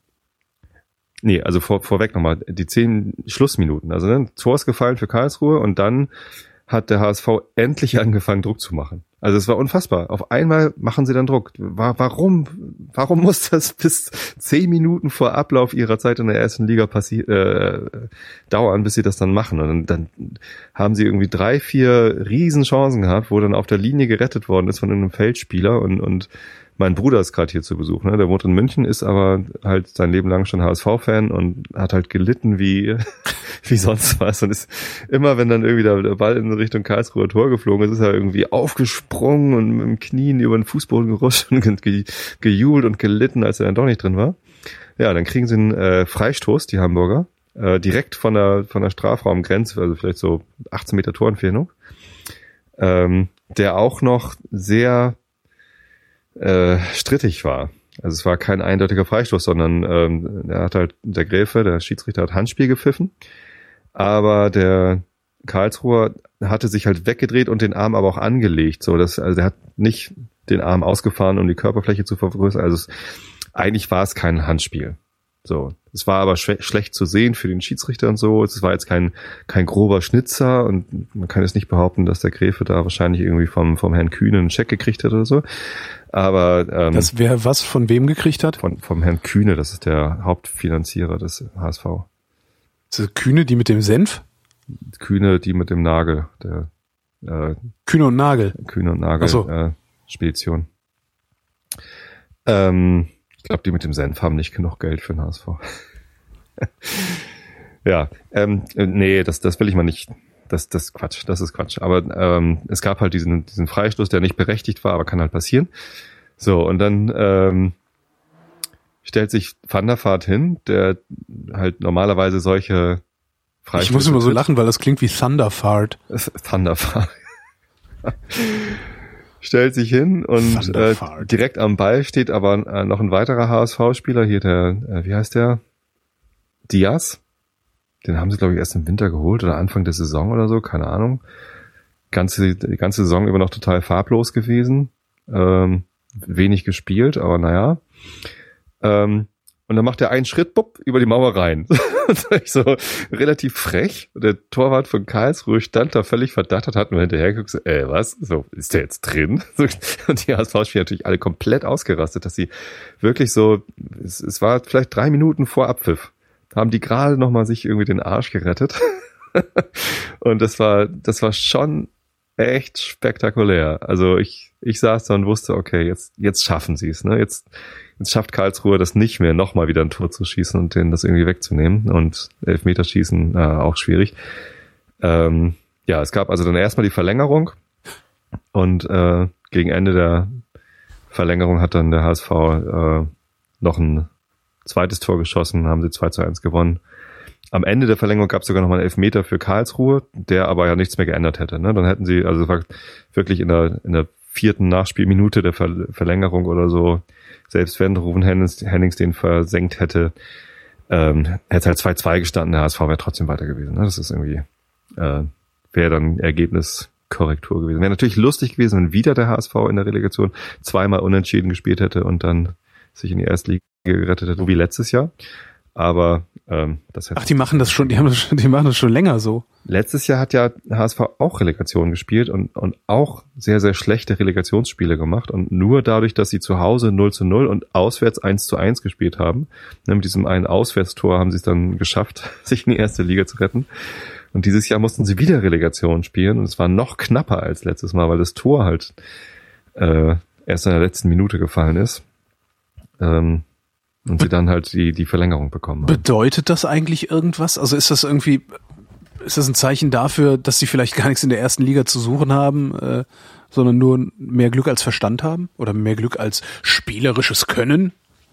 nee, also vor, vorweg nochmal, die zehn Schlussminuten, also ne, Tor ist gefallen für Karlsruhe und dann hat der H S V endlich angefangen, Druck zu machen. Also es war unfassbar. Auf einmal machen sie dann Druck. Warum, warum muss das bis zehn Minuten vor Ablauf ihrer Zeit in der ersten Liga passi- äh, dauern, bis sie das dann machen? Und dann, dann haben sie irgendwie drei, vier Riesenchancen gehabt, wo dann auf der Linie gerettet worden ist von einem Feldspieler und, und mein Bruder ist gerade hier zu Besuch, ne? Der wohnt in München, ist aber halt sein Leben lang schon H S V-Fan und hat halt gelitten wie wie sonst was. Und ist immer, wenn dann irgendwie der Ball in Richtung Karlsruher Tor geflogen ist, ist er irgendwie aufgesprungen und mit dem Knien über den Fußboden gerutscht und ge- gejubelt und gelitten, als er dann doch nicht drin war. Ja, dann kriegen sie einen äh, Freistoß, die Hamburger, äh, direkt von der von der Strafraumgrenze, also vielleicht so achtzehn Meter Torentfernung, ähm, der auch noch sehr Äh, strittig war. Also es war kein eindeutiger Freistoß, sondern ähm, er hat halt, der Gräfe, der Schiedsrichter hat Handspiel gepfiffen, aber der Karlsruher hatte sich halt weggedreht und den Arm aber auch angelegt, so dass, also er hat nicht den Arm ausgefahren, um die Körperfläche zu vergrößern, also es, eigentlich war es kein Handspiel. So, es war aber schw- schlecht zu sehen für den Schiedsrichter und so. Es war jetzt kein kein grober Schnitzer und man kann jetzt nicht behaupten, dass der Gräfe da wahrscheinlich irgendwie vom vom Herrn Kühne einen Check gekriegt hat oder so. Aber ähm, das wer was von wem gekriegt hat? Von vom Herrn Kühne, das ist der Hauptfinanzierer des H S V. Ist das Kühne, die mit dem Senf? Kühne, die mit dem Nagel, der äh, Kühne und Nagel. Kühne und Nagel Ach so. äh, Spedition. Ähm Ich glaube, die mit dem Senf haben nicht genug Geld für den H S V. ja, ähm, nee, das, das will ich mal nicht. Das, das Quatsch, das ist Quatsch. Aber ähm, es gab halt diesen, diesen Freistoß, der nicht berechtigt war, aber kann halt passieren. So, und dann ähm, stellt sich Van der Vaart hin, der halt normalerweise solche Ich muss immer so lachen, weil das klingt wie Thunderfart. Thunderfart. Stellt sich hin und äh, direkt am Ball steht aber äh, noch ein weiterer H S V-Spieler, hier der, äh, wie heißt der? Diaz. Den haben sie, glaube ich, erst im Winter geholt oder Anfang der Saison oder so, keine Ahnung. Ganze, die ganze Saison über noch total farblos gewesen. Ähm, wenig gespielt, aber naja. Ähm, und dann macht er einen Schritt, bupp, über die Mauer rein. So relativ frech. Der Torwart von Karlsruhe stand da völlig verdattert, hat nur hinterher geguckt, so, äh, was? So, ist der jetzt drin? Und die H S V-Spieler natürlich alle komplett ausgerastet, dass sie wirklich so, es, es war vielleicht drei Minuten vor Abpfiff, haben die gerade noch mal sich irgendwie den Arsch gerettet. Und das war, das war schon echt spektakulär. Also ich, ich saß da und wusste, okay, jetzt, jetzt schaffen sie es, ne? Jetzt, Jetzt schafft Karlsruhe das nicht mehr, nochmal wieder ein Tor zu schießen und denen das irgendwie wegzunehmen. Und Elfmeterschießen äh, auch schwierig. Ähm, ja, es gab also dann erstmal die Verlängerung. Und äh, gegen Ende der Verlängerung hat dann der H S V äh, noch ein zweites Tor geschossen, haben sie zwei zu eins gewonnen. Am Ende der Verlängerung gab es sogar nochmal einen Elfmeter für Karlsruhe, der aber ja nichts mehr geändert hätte. Ne? Dann hätten sie, also es war wirklich in der, in der vierten Nachspielminute der Ver- Verlängerung oder so, selbst wenn Ruven Hennings, Hennings den versenkt hätte, ähm, hätte halt zwei zwei gestanden, der H S V wäre trotzdem weiter gewesen. Ne? Das ist irgendwie, äh, wäre dann Ergebniskorrektur gewesen. Wäre natürlich lustig gewesen, wenn wieder der H S V in der Relegation zweimal unentschieden gespielt hätte und dann sich in die erste Liga gerettet hätte, so wie letztes Jahr. Aber ähm, das hätte. Ach, die machen das schon, die haben das schon, die machen das schon länger so. Letztes Jahr hat ja H S V auch Relegation gespielt und, und auch sehr, sehr schlechte Relegationsspiele gemacht. Und nur dadurch, dass sie zu Hause null zu null und auswärts eins zu eins gespielt haben, ne, mit diesem einen Auswärtstor haben sie es dann geschafft, sich in die erste Liga zu retten. Und dieses Jahr mussten sie wieder Relegation spielen und es war noch knapper als letztes Mal, weil das Tor halt äh, erst in der letzten Minute gefallen ist. Ähm, Und sie dann halt die, die Verlängerung bekommen haben. Bedeutet das eigentlich irgendwas? Also ist das irgendwie, ist das ein Zeichen dafür, dass sie vielleicht gar nichts in der ersten Liga zu suchen haben, äh, sondern nur mehr Glück als Verstand haben? Oder mehr Glück als spielerisches Können?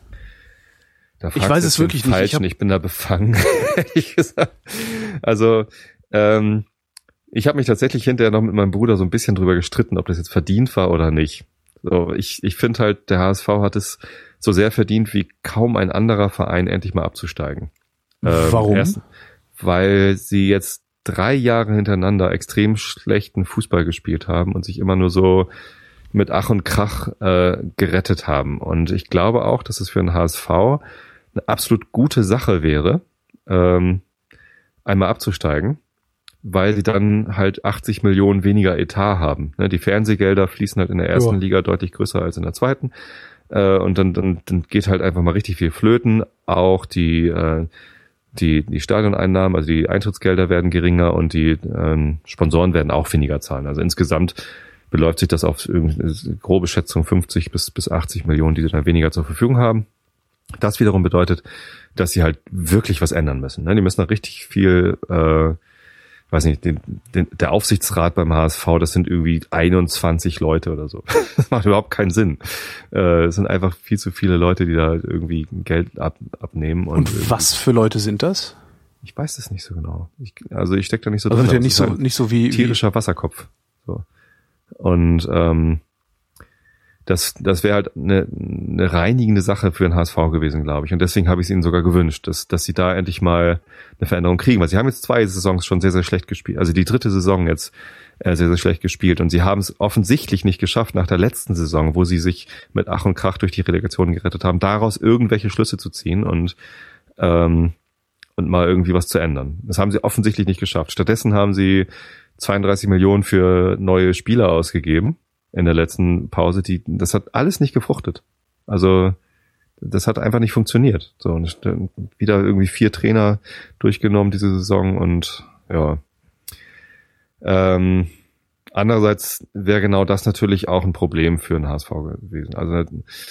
Da ich weiß es wirklich nicht. Ich, hab, ich bin da befangen, ehrlich gesagt. Also, ähm, ich habe mich tatsächlich hinterher noch mit meinem Bruder so ein bisschen drüber gestritten, ob das jetzt verdient war oder nicht. So, ich, ich finde halt, der H S V hat es so sehr verdient wie kaum ein anderer Verein, endlich mal abzusteigen. Ähm, Warum? Erst, weil sie jetzt drei Jahre hintereinander extrem schlechten Fußball gespielt haben und sich immer nur so mit Ach und Krach äh, gerettet haben. Und ich glaube auch, dass es für den H S V eine absolut gute Sache wäre, ähm, einmal abzusteigen, weil sie dann halt achtzig Millionen weniger Etat haben. Ne, die Fernsehgelder fließen halt in der ersten ja. Liga deutlich größer als in der zweiten. Äh, und dann, dann, dann geht halt einfach mal richtig viel flöten. Auch die, äh, die, die Stadioneinnahmen, also die Eintrittsgelder werden geringer und die äh, Sponsoren werden auch weniger zahlen. Also insgesamt beläuft sich das auf irgendeine grobe Schätzung fünfzig bis, bis achtzig Millionen, die sie dann weniger zur Verfügung haben. Das wiederum bedeutet, dass sie halt wirklich was ändern müssen. Ne? Die müssen da richtig viel, äh, weiß nicht, den, den, der Aufsichtsrat beim H S V, das sind irgendwie einundzwanzig Leute oder so. Das macht überhaupt keinen Sinn. Äh, es sind einfach viel zu viele Leute, die da irgendwie Geld ab, abnehmen. Und, und was für Leute sind das? Ich weiß es nicht so genau. Ich, also ich stecke da nicht so also drin. Ja nicht so, nicht so wie tierischer wie Wasserkopf. So. Und ähm, das, das wäre halt eine, eine reinigende Sache für den H S V gewesen, glaube ich. Und deswegen habe ich es ihnen sogar gewünscht, dass, dass sie da endlich mal eine Veränderung kriegen. Weil sie haben jetzt zwei Saisons schon sehr, sehr schlecht gespielt. Also die dritte Saison jetzt äh, sehr, sehr schlecht gespielt. Und sie haben es offensichtlich nicht geschafft, nach der letzten Saison, wo sie sich mit Ach und Krach durch die Relegation gerettet haben, daraus irgendwelche Schlüsse zu ziehen und ähm, und mal irgendwie was zu ändern. Das haben sie offensichtlich nicht geschafft. Stattdessen haben sie zweiunddreißig Millionen für neue Spieler ausgegeben in der letzten Pause. Die, das hat alles nicht gefruchtet. Also das hat einfach nicht funktioniert. So, und wieder irgendwie vier Trainer durchgenommen diese Saison und ja. Ähm, andererseits wäre genau das natürlich auch ein Problem für den H S V gewesen. Also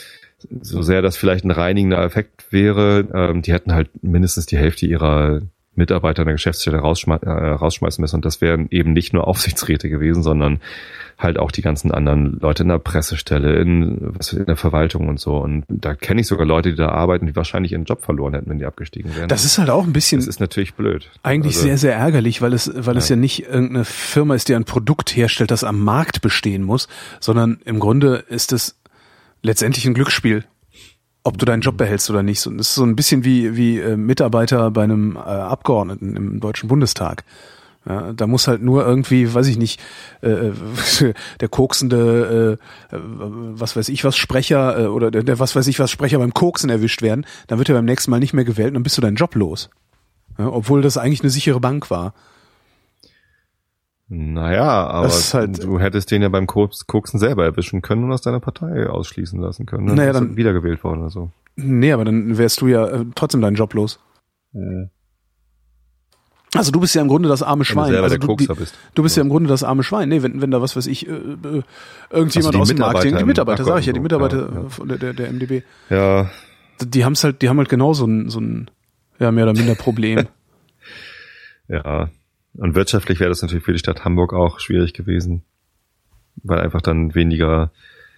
so sehr das vielleicht ein reinigender Effekt wäre, ähm, die hätten halt mindestens die Hälfte ihrer Mitarbeiter in der Geschäftsstelle rausschme- äh, rausschmeißen müssen. Und das wären eben nicht nur Aufsichtsräte gewesen, sondern halt auch die ganzen anderen Leute in der Pressestelle, in, was, in der Verwaltung und so. Und da kenne ich sogar Leute, die da arbeiten, die wahrscheinlich ihren Job verloren hätten, wenn die abgestiegen wären. Das ist halt auch ein bisschen... Das ist natürlich blöd. Eigentlich also, sehr, sehr ärgerlich, weil es, weil ja. es ja nicht irgendeine Firma ist, die ein Produkt herstellt, das am Markt bestehen muss, sondern im Grunde ist es letztendlich ein Glücksspiel, ob du deinen Job behältst oder nicht. Und es ist so ein bisschen wie, wie äh, Mitarbeiter bei einem äh, Abgeordneten im Deutschen Bundestag. Ja, da muss halt nur irgendwie, weiß ich nicht, äh, der koksende, äh, was weiß ich was Sprecher äh, oder der, der was weiß ich was Sprecher beim Koksen erwischt werden, dann wird er beim nächsten Mal nicht mehr gewählt und dann bist du deinen Job los. Ja, obwohl das eigentlich eine sichere Bank war. Naja, aber halt, du hättest den ja beim Koksen selber erwischen können und aus deiner Partei ausschließen lassen können. Dann naja, bist dann du wiedergewählt worden oder so. Nee, aber dann wärst du ja äh, trotzdem deinen Job los. Ja. Also du bist ja im Grunde das arme Schwein. Wenn du selber also der du, die, Kokser bist. Du bist ja. ja im Grunde das arme Schwein. Nee, wenn, wenn da was weiß ich, äh, äh, irgendjemand also aus dem Marketing, die Mitarbeiter, sag ich ja, die Mitarbeiter ja, ja. von der, der, der M D B. Ja. Die haben's halt, die haben halt genau so ein, so ein, ja, mehr oder minder Problem. Ja. Und wirtschaftlich wäre das natürlich für die Stadt Hamburg auch schwierig gewesen, weil einfach dann weniger,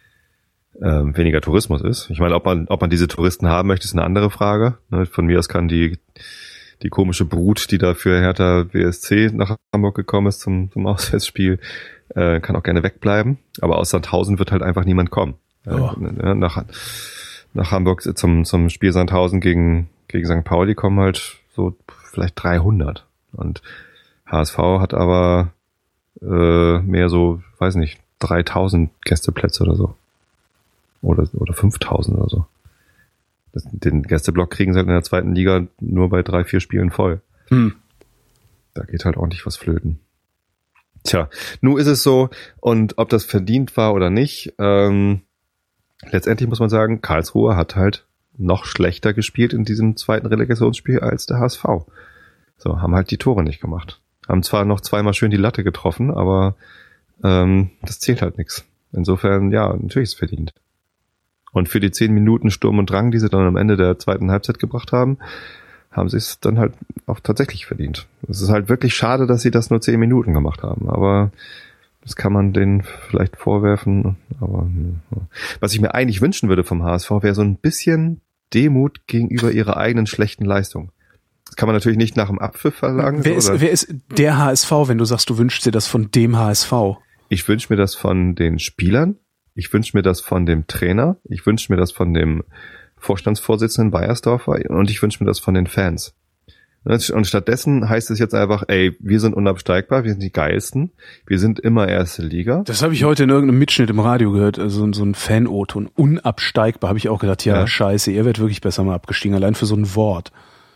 ähm, weniger Tourismus ist. Ich meine, ob man, ob man diese Touristen haben möchte, ist eine andere Frage. Ne? Von mir aus kann die, die komische Brut, die da für Hertha B S C nach Hamburg gekommen ist zum, zum Auswärtsspiel, äh, kann auch gerne wegbleiben. Aber aus Sandhausen wird halt einfach niemand kommen. Oh. Äh, nach, nach Hamburg zum, zum Spiel Sandhausen gegen, gegen Sankt Pauli kommen halt so vielleicht dreihundert. Und H S V hat aber äh, mehr so, weiß nicht, dreitausend Gästeplätze oder so. Oder, oder fünftausend oder so. Das, den Gästeblock kriegen sie halt in der zweiten Liga nur bei drei, vier Spielen voll. Hm. Da geht halt ordentlich was flöten. Tja, nun ist es so, und ob das verdient war oder nicht, ähm, letztendlich muss man sagen, Karlsruhe hat halt noch schlechter gespielt in diesem zweiten Relegationsspiel als der H S V. So, haben halt die Tore nicht gemacht. Haben zwar noch zweimal schön die Latte getroffen, aber ähm, das zählt halt nichts. Insofern, ja, natürlich ist es verdient. Und für die zehn Minuten Sturm und Drang, die sie dann am Ende der zweiten Halbzeit gebracht haben, haben sie es dann halt auch tatsächlich verdient. Es ist halt wirklich schade, dass sie das nur zehn Minuten gemacht haben, aber das kann man denen vielleicht vorwerfen. Aber was ich mir eigentlich wünschen würde vom H S V, wäre so ein bisschen Demut gegenüber ihrer eigenen schlechten Leistung. Das kann man natürlich nicht nach dem Abpfiff verlangen. Wer ist, wer ist der H S V, wenn du sagst, du wünschst dir das von dem H S V? Ich wünsche mir das von den Spielern. Ich wünsche mir das von dem Trainer. Ich wünsche mir das von dem Vorstandsvorsitzenden Beiersdorfer. Und ich wünsche mir das von den Fans. Und stattdessen heißt es jetzt einfach, ey, wir sind unabsteigbar, wir sind die Geilsten, wir sind immer erste Liga. Das habe ich heute in irgendeinem Mitschnitt im Radio gehört, also so ein Fan-O-Ton. Unabsteigbar, habe ich auch gedacht, ja, ja, scheiße, ihr werdet wirklich besser mal abgestiegen, allein für so ein Wort.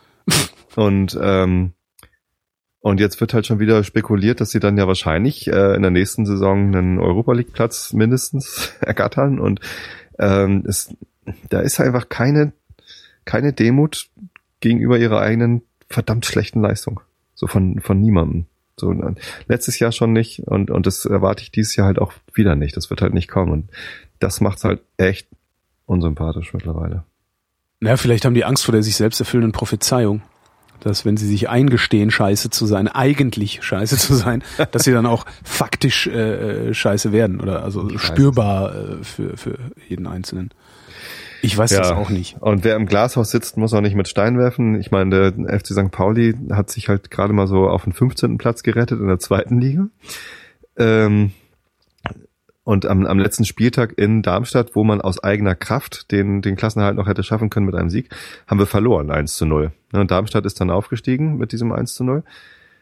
Und ähm, und jetzt wird halt schon wieder spekuliert, dass sie dann ja wahrscheinlich äh, in der nächsten Saison einen Europa-League-Platz mindestens ergattern. Und ähm, es, da ist einfach keine keine Demut gegenüber ihrer eigenen verdammt schlechten Leistung. So von von niemandem. So letztes Jahr schon nicht und und das erwarte ich dieses Jahr halt auch wieder nicht. Das wird halt nicht kommen. Und das macht's halt echt unsympathisch mittlerweile. Na, vielleicht haben die Angst vor der sich selbst erfüllenden Prophezeiung, dass wenn sie sich eingestehen, scheiße zu sein, eigentlich scheiße zu sein, dass sie dann auch faktisch äh, scheiße werden oder also ich spürbar äh, für für jeden Einzelnen. Ich weiß ja, das auch nicht. Und wer im Glashaus sitzt, muss auch nicht mit Stein werfen. Ich meine, der F C Sankt Pauli hat sich halt gerade mal so auf den fünfzehnten Platz gerettet in der zweiten Liga. Ähm, und am, am letzten Spieltag in Darmstadt, wo man aus eigener Kraft den, den Klassenerhalt noch hätte schaffen können mit einem Sieg, haben wir verloren, eins zu null. Und Darmstadt ist dann aufgestiegen mit diesem eins zu null.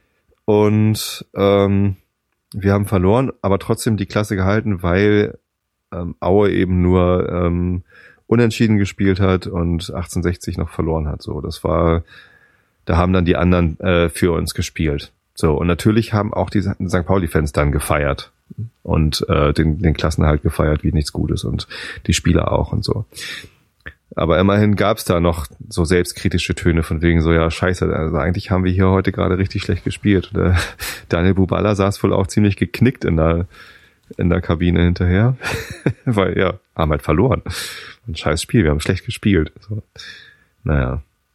Und ähm, wir haben verloren, aber trotzdem die Klasse gehalten, weil ähm, Aue eben nur ähm, unentschieden gespielt hat und achtzehnhundertsechzig noch verloren hat. So, das war, da haben dann die anderen äh, für uns gespielt. So, und natürlich haben auch die Sankt Pauli-Fans dann gefeiert und äh, den, den Klassenerhalt gefeiert wie nichts Gutes und die Spieler auch und so. Aber immerhin gab's da noch so selbstkritische Töne von wegen so, ja scheiße, also eigentlich haben wir hier heute gerade richtig schlecht gespielt. Der Daniel Bubala saß wohl auch ziemlich geknickt in der in der Kabine hinterher, weil ja, haben halt verloren. Ein scheiß Spiel, wir haben schlecht gespielt. So. Naja.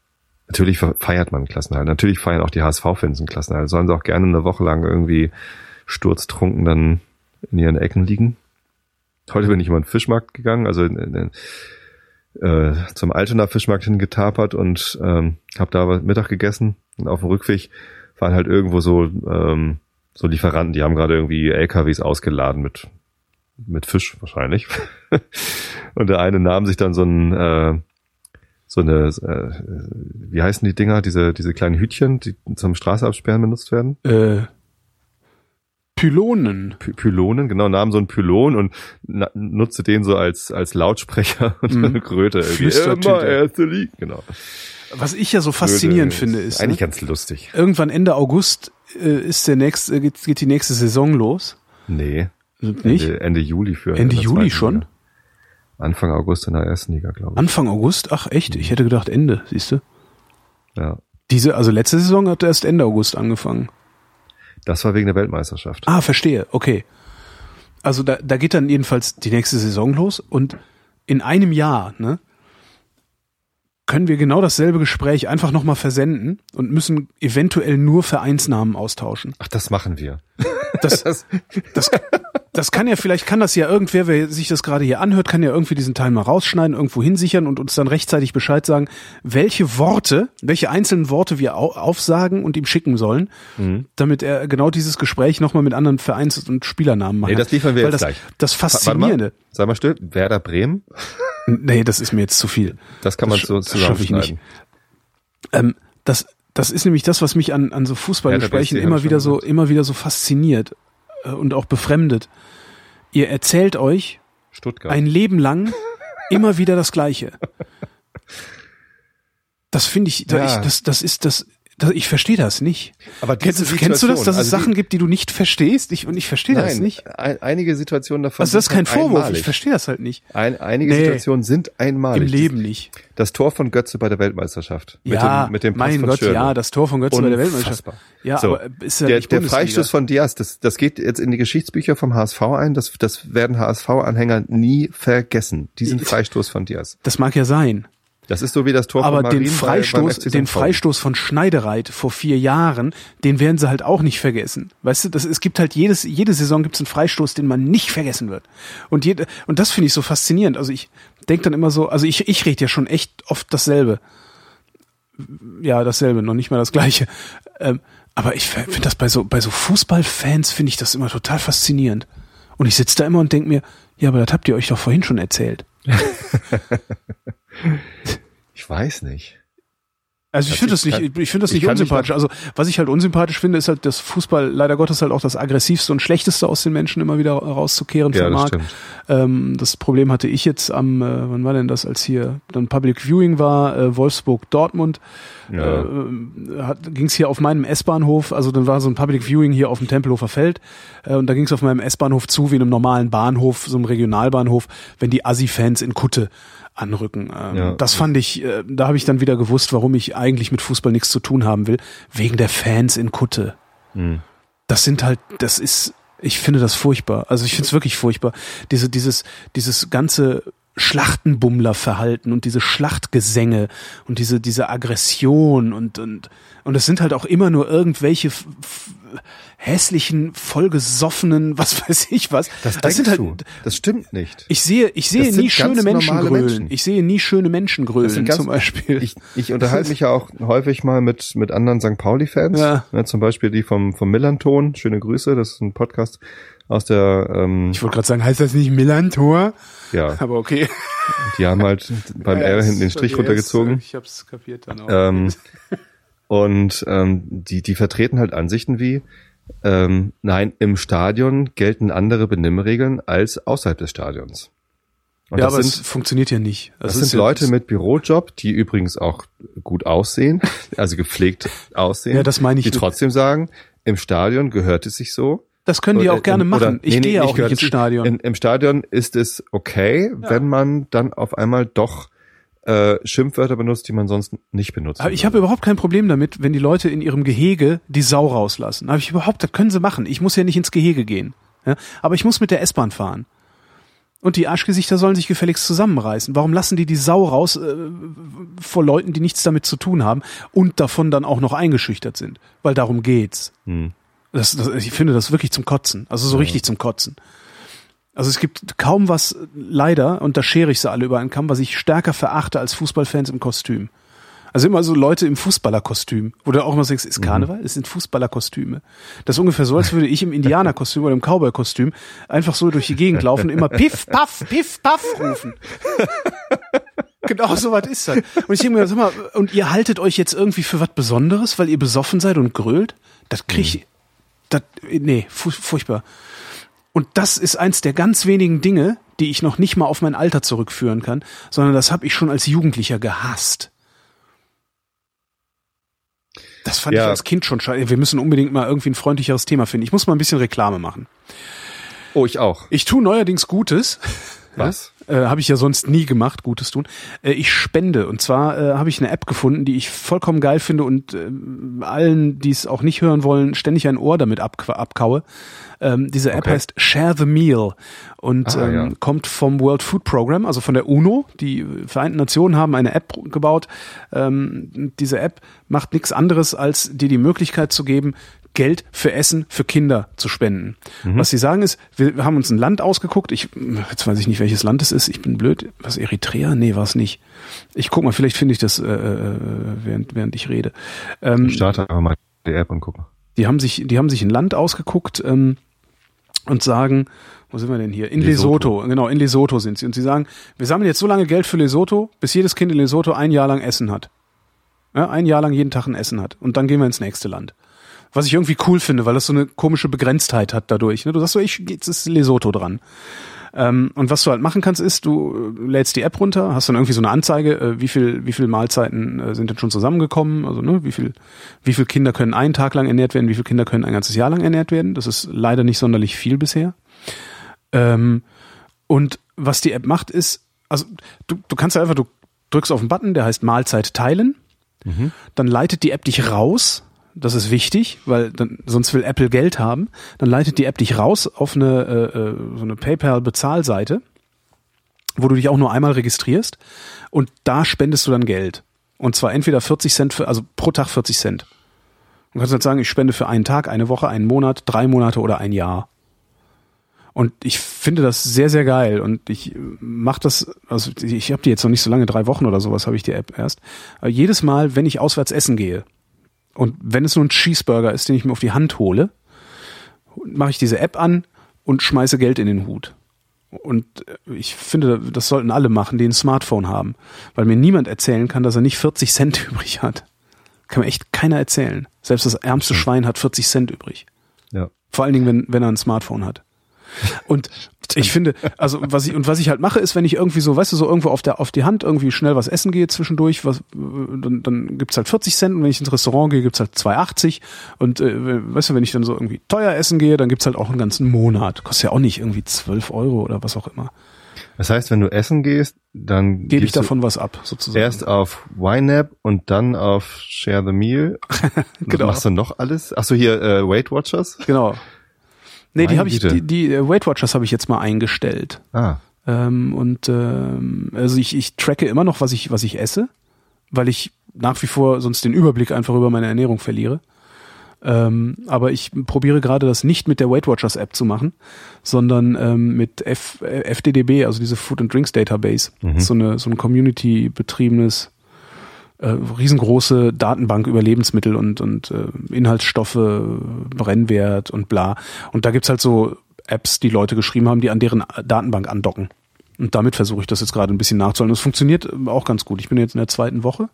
Natürlich feiert man einen Klassenerhalt. Natürlich feiern auch die H S V-Fans einen Klassenerhalt. Sollen sie auch gerne eine Woche lang irgendwie sturztrunken dann in ihren Ecken liegen. Heute bin ich über den Fischmarkt gegangen, also in, in, äh, zum Altona Fischmarkt hingetapert und ähm, habe da Mittag gegessen. Und auf dem Rückweg waren halt irgendwo so ähm, so Lieferanten, die haben gerade irgendwie L K Ws ausgeladen mit mit Fisch wahrscheinlich. Und der eine nahm sich dann so ein äh, so eine, äh, wie heißen die Dinger, diese diese kleinen Hütchen, die zum Straße absperren benutzt werden? Äh, Pylonen. Py- Pylonen, genau, nahm so einen Pylon und na, nutzte den so als als Lautsprecher und Mhm. eine Kröte. Irgendwie. Flüstertinte. Immer erste Liga, genau. Was ich ja so faszinierend Kröte, finde, ist, eigentlich ne, ganz lustig. irgendwann Ende August äh, ist der nächste, geht, geht die nächste Saison los. Nee, Nicht? Ende, Ende Juli für Ende in der Juli zweiten schon? Liga. Anfang August in der ersten Liga, glaube ich. Anfang August? Ach echt? Ich hätte gedacht Ende, siehst du? Ja, Diese, also letzte Saison hat erst Ende August angefangen. das war wegen der Weltmeisterschaft. Ah, verstehe, okay. Also da, da geht dann jedenfalls die nächste Saison los und in einem Jahr, ne, können wir genau dasselbe Gespräch einfach nochmal versenden und müssen eventuell nur Vereinsnamen austauschen. Ach, das machen wir. Das, das, das kann ja, vielleicht kann das ja irgendwer, wer sich das gerade hier anhört, kann ja irgendwie diesen Teil mal rausschneiden, irgendwo hinsichern und uns dann rechtzeitig Bescheid sagen, welche Worte, welche einzelnen Worte wir au- aufsagen und ihm schicken sollen, Mhm. damit er genau dieses Gespräch nochmal mit anderen Vereins- und Spielernamen macht. Nee, das liefern wir Weil jetzt das, gleich. Das Warte Faszinierende. mal, sag mal still, Werder Bremen, Nee, das ist mir jetzt zu viel. das kann man Das so sch- das schaffe ich nicht. zusammenschneiden. Ähm, das, das ist nämlich das, was mich an, an so Fußballgesprächen Hertha B S C immer hab ich wieder schon so, gesagt. immer wieder so fasziniert äh, und auch befremdet. Ihr erzählt euch Stuttgart. ein Leben lang immer wieder das Gleiche. Das finde ich, da Ja. ich, das, das ist das, das ich verstehe das nicht. Aber Kennst, diese kennst du das, dass es Situation, Sachen gibt, die du nicht verstehst? Ich, und ich verstehe das Nein, nicht. ein, einige Situationen davon Also das ist sind kein halt Vorwurf, einmalig. ich verstehe das halt nicht. Ein, einige Nee. Situationen sind einmalig. Im Leben nicht. Das Tor von Götze bei der Weltmeisterschaft. Mit Ja, dem, mit dem Pass mein von Gott, Schürrle. ja, das Tor von Götze bei der Weltmeisterschaft. Unfassbar. Ja, So, aber ist ja der, nicht der Bundesliga. Freistoß von Diaz, das, das geht jetzt in die Geschichtsbücher vom H S V ein. Das, das werden H S V-Anhänger nie vergessen. Diesen Freistoß von Diaz. Das mag ja sein. Das ist so wie das Tor Aber von Marin den bei- Freistoß, beim F C den Sankt Pauli. Freistoß von Schneidereit vor vier Jahren, den werden sie halt auch nicht vergessen. Weißt du, das, es gibt halt jedes, jede Saison gibt es einen Freistoß, den man nicht vergessen wird. Und jede, und das finde ich so faszinierend. Also ich denke dann immer so, also ich, ich rede ja schon echt oft dasselbe. Ja, dasselbe, noch nicht mal das Gleiche. Ähm, aber ich finde das bei so, bei so Fußballfans finde ich das immer total faszinierend. Und ich sitze da immer und denke mir, ja, aber das habt ihr euch doch vorhin schon erzählt. Ich weiß nicht. Also ich Das finde das ist nicht, kein- ich finde das ich nicht kann mich unsympathisch. Also was ich halt unsympathisch finde, ist halt, dass Fußball leider Gottes halt auch das aggressivste und schlechteste aus den Menschen immer wieder rauszukehren Ja, das vermag. stimmt. Ähm, das Problem hatte ich jetzt am, äh, wann war denn das, als hier dann Public Viewing war, äh, Wolfsburg Dortmund, Ja. äh, ging es hier auf meinem S-Bahnhof, also dann war so ein Public Viewing hier auf dem Tempelhofer Feld äh, und da ging es auf meinem S-Bahnhof zu wie in einem normalen Bahnhof, so einem Regionalbahnhof, wenn die Assi-Fans in Kutte anrücken. Ähm, Ja. Das fand ich, äh, da habe ich dann wieder gewusst, warum ich eigentlich mit Fußball nichts zu tun haben will, wegen der Fans in Kutte. Hm. Das sind halt, das ist, ich finde das furchtbar. Also ich finde es wirklich furchtbar. Diese, dieses, dieses ganze Schlachtenbummler-Verhalten und diese Schlachtgesänge und diese, diese Aggression und, und, und es sind halt auch immer nur irgendwelche f- f- hässlichen, vollgesoffenen, was weiß ich was. Das, das sind denkst halt, du. Das stimmt nicht. ich sehe, ich sehe Das sind nie schöne ganz Menschen normale grölen. Menschen. Ich sehe nie schöne Menschen Das grölen, sind ganz- zum Beispiel. Ich, ich unterhalte mich ja auch häufig mal mit, mit anderen Sankt Pauli-Fans. Ja. Ne, zum Beispiel die vom, vom Millanton. Schöne Grüße. Das ist ein Podcast aus der, ähm, Ich wollte gerade sagen, heißt das nicht Millantor? ja, Aber okay. die haben halt beim R hinten den Strich runtergezogen. Ich hab's kapiert dann auch. Ähm, und ähm, die, die vertreten halt Ansichten wie, ähm, nein, im Stadion gelten andere Benimmregeln als außerhalb des Stadions. Und ja, das aber sind, es funktioniert ja nicht. das Also sind ist ja- Leute mit Bürojob, die übrigens auch gut aussehen, also gepflegt aussehen, Ja, das meine ich die nicht. trotzdem sagen, im Stadion gehört es sich so. Das können die Oder auch gerne im- machen. oder- Ich nee, nee, gehe ja nicht auch gehört nicht ins es sich. Stadion. In, Im Stadion ist es okay, Ja. wenn man dann auf einmal doch äh, Schimpfwörter benutzt, die man sonst nicht benutzt. Aber ich habe überhaupt kein Problem damit, wenn die Leute in ihrem Gehege die Sau rauslassen. Habe ich überhaupt, das können sie machen. Ich muss ja nicht ins Gehege gehen. Ja? Aber ich muss mit der S-Bahn fahren. Und die Arschgesichter sollen sich gefälligst zusammenreißen. Warum lassen die die Sau raus äh, vor Leuten, die nichts damit zu tun haben und davon dann auch noch eingeschüchtert sind? Weil darum geht's. Hm. Das, das, ich finde das wirklich zum Kotzen. Also so ja. richtig zum Kotzen. Also es gibt kaum was, leider, und da schere ich sie alle über einen Kamm, was ich stärker verachte als Fußballfans im Kostüm. Also immer so Leute im Fußballerkostüm, wo du auch immer sagst, ist Karneval? Es sind Fußballerkostüme. Das ist ungefähr so, als würde ich im Indianerkostüm oder im Cowboy-Kostüm einfach so durch die Gegend laufen und immer Piff, Paff, Piff, Paff rufen. Genau so was ist das. Und ich denke mir, sag mal, und ihr haltet euch jetzt irgendwie für was Besonderes, weil ihr besoffen seid und grölt? Das krieg ich, das, nee, furchtbar. Und das ist eins der ganz wenigen Dinge, die ich noch nicht mal auf mein Alter zurückführen kann, sondern das habe ich schon als Jugendlicher gehasst. Das fand ja. ich als Kind schon scheiße. Wir müssen unbedingt mal irgendwie ein freundlicheres Thema finden. Ich muss mal ein bisschen Reklame machen. Oh, ich auch. Ich tue neuerdings Gutes. Was? Äh, habe ich ja sonst nie gemacht, Gutes tun. Äh, ich spende. Und zwar äh, habe ich eine App gefunden, die ich vollkommen geil finde und äh, allen, die es auch nicht hören wollen, ständig ein Ohr damit ab, abkaue. Ähm, diese App okay. heißt Share the Meal und ah, ähm, ja. kommt vom World Food Program, also von der UNO. Die Vereinten Nationen haben eine App gebaut. Ähm, diese App macht nichts anderes, als dir die Möglichkeit zu geben, Geld für Essen für Kinder zu spenden. Mhm. Was sie sagen ist, wir haben uns ein Land ausgeguckt. Ich, jetzt weiß ich nicht, welches Land es ist. Ich bin blöd. Was, Eritrea? Nee, war es nicht. Ich guck mal, vielleicht finde ich das, äh, während, während ich rede. Ähm, ich starte aber mal die App und gucke. Die haben sich, die haben sich ein Land ausgeguckt, ähm, und sagen, wo sind wir denn hier? In Lesotho. Lesotho. Genau, in Lesotho sind sie. Und sie sagen, wir sammeln jetzt so lange Geld für Lesotho, bis jedes Kind in Lesotho ein Jahr lang Essen hat. Ja, ein Jahr lang jeden Tag ein Essen hat. Und dann gehen wir ins nächste Land. Was ich irgendwie cool finde, weil das so eine komische Begrenztheit hat dadurch. Du sagst so, ich, jetzt ist Lesotho dran. Ähm, und was du halt machen kannst, ist, du lädst die App runter, hast dann irgendwie so eine Anzeige, äh, wie viel, wie viel Mahlzeiten äh, sind denn schon zusammengekommen, also ne, wie viel, wie viel Kinder können einen Tag lang ernährt werden, wie viele Kinder können ein ganzes Jahr lang ernährt werden. Das ist leider nicht sonderlich viel bisher. Ähm, und was die App macht, ist, also du, du kannst einfach, du drückst auf einen Button, der heißt Mahlzeit teilen, mhm. dann leitet die App dich raus. Das ist wichtig, weil dann, sonst will Apple Geld haben. Dann leitet die App dich raus auf eine äh, so eine PayPal-Bezahlseite, wo du dich auch nur einmal registrierst und da spendest du dann Geld. Und zwar entweder vierzig Cent, für, also pro Tag vierzig Cent. Du kannst halt sagen, ich spende für einen Tag, eine Woche, einen Monat, drei Monate oder ein Jahr. Und ich finde das sehr, sehr geil. Und ich mache das, also ich habe die jetzt noch nicht so lange, drei Wochen oder sowas habe ich die App erst. Aber jedes Mal, wenn ich auswärts essen gehe, und wenn es nur ein Cheeseburger ist, den ich mir auf die Hand hole, mache ich diese App an und schmeiße Geld in den Hut. Und ich finde, das sollten alle machen, die ein Smartphone haben. Weil mir niemand erzählen kann, dass er nicht vierzig Cent übrig hat. Kann mir echt keiner erzählen. Selbst das ärmste Schwein hat vierzig Cent übrig. Ja. Vor allen Dingen, wenn, wenn er ein Smartphone hat. Und ich finde, also was ich und was ich halt mache, ist, wenn ich irgendwie so, weißt du, so irgendwo auf der auf die Hand irgendwie schnell was essen gehe zwischendurch, was dann, dann gibt's halt vierzig Cent und wenn ich ins Restaurant gehe, gibt's halt zwei achtzig und äh, weißt du, wenn ich dann so irgendwie teuer essen gehe, dann gibt's halt auch einen ganzen Monat. Kostet ja auch nicht irgendwie zwölf Euro oder was auch immer. Das heißt, wenn du essen gehst, dann gebe ich davon was ab, sozusagen. Erst auf YNAB und dann auf Share the Meal. Genau. Was machst du noch alles? Ach so, hier äh, Weight Watchers? Genau. Nee, die habe ich, die, die Weight Watchers habe ich jetzt mal eingestellt. Ah. Ähm, und ähm, also ich, ich tracke immer noch, was ich, was ich esse, weil ich nach wie vor sonst den Überblick einfach über meine Ernährung verliere. Ähm, aber ich probiere gerade das nicht mit der Weight Watchers App zu machen, sondern ähm, mit F, F D D B, also diese Food and Drinks Database. Mhm. So eine, so ein Community betriebenes, äh, riesengroße Datenbank über Lebensmittel und, und äh, Inhaltsstoffe, Brennwert und bla. Und da gibt's halt so Apps, die Leute geschrieben haben, die an deren Datenbank andocken. Und damit versuche ich das jetzt gerade ein bisschen nachzuholen. Das funktioniert auch ganz gut. Ich bin jetzt in der zweiten Woche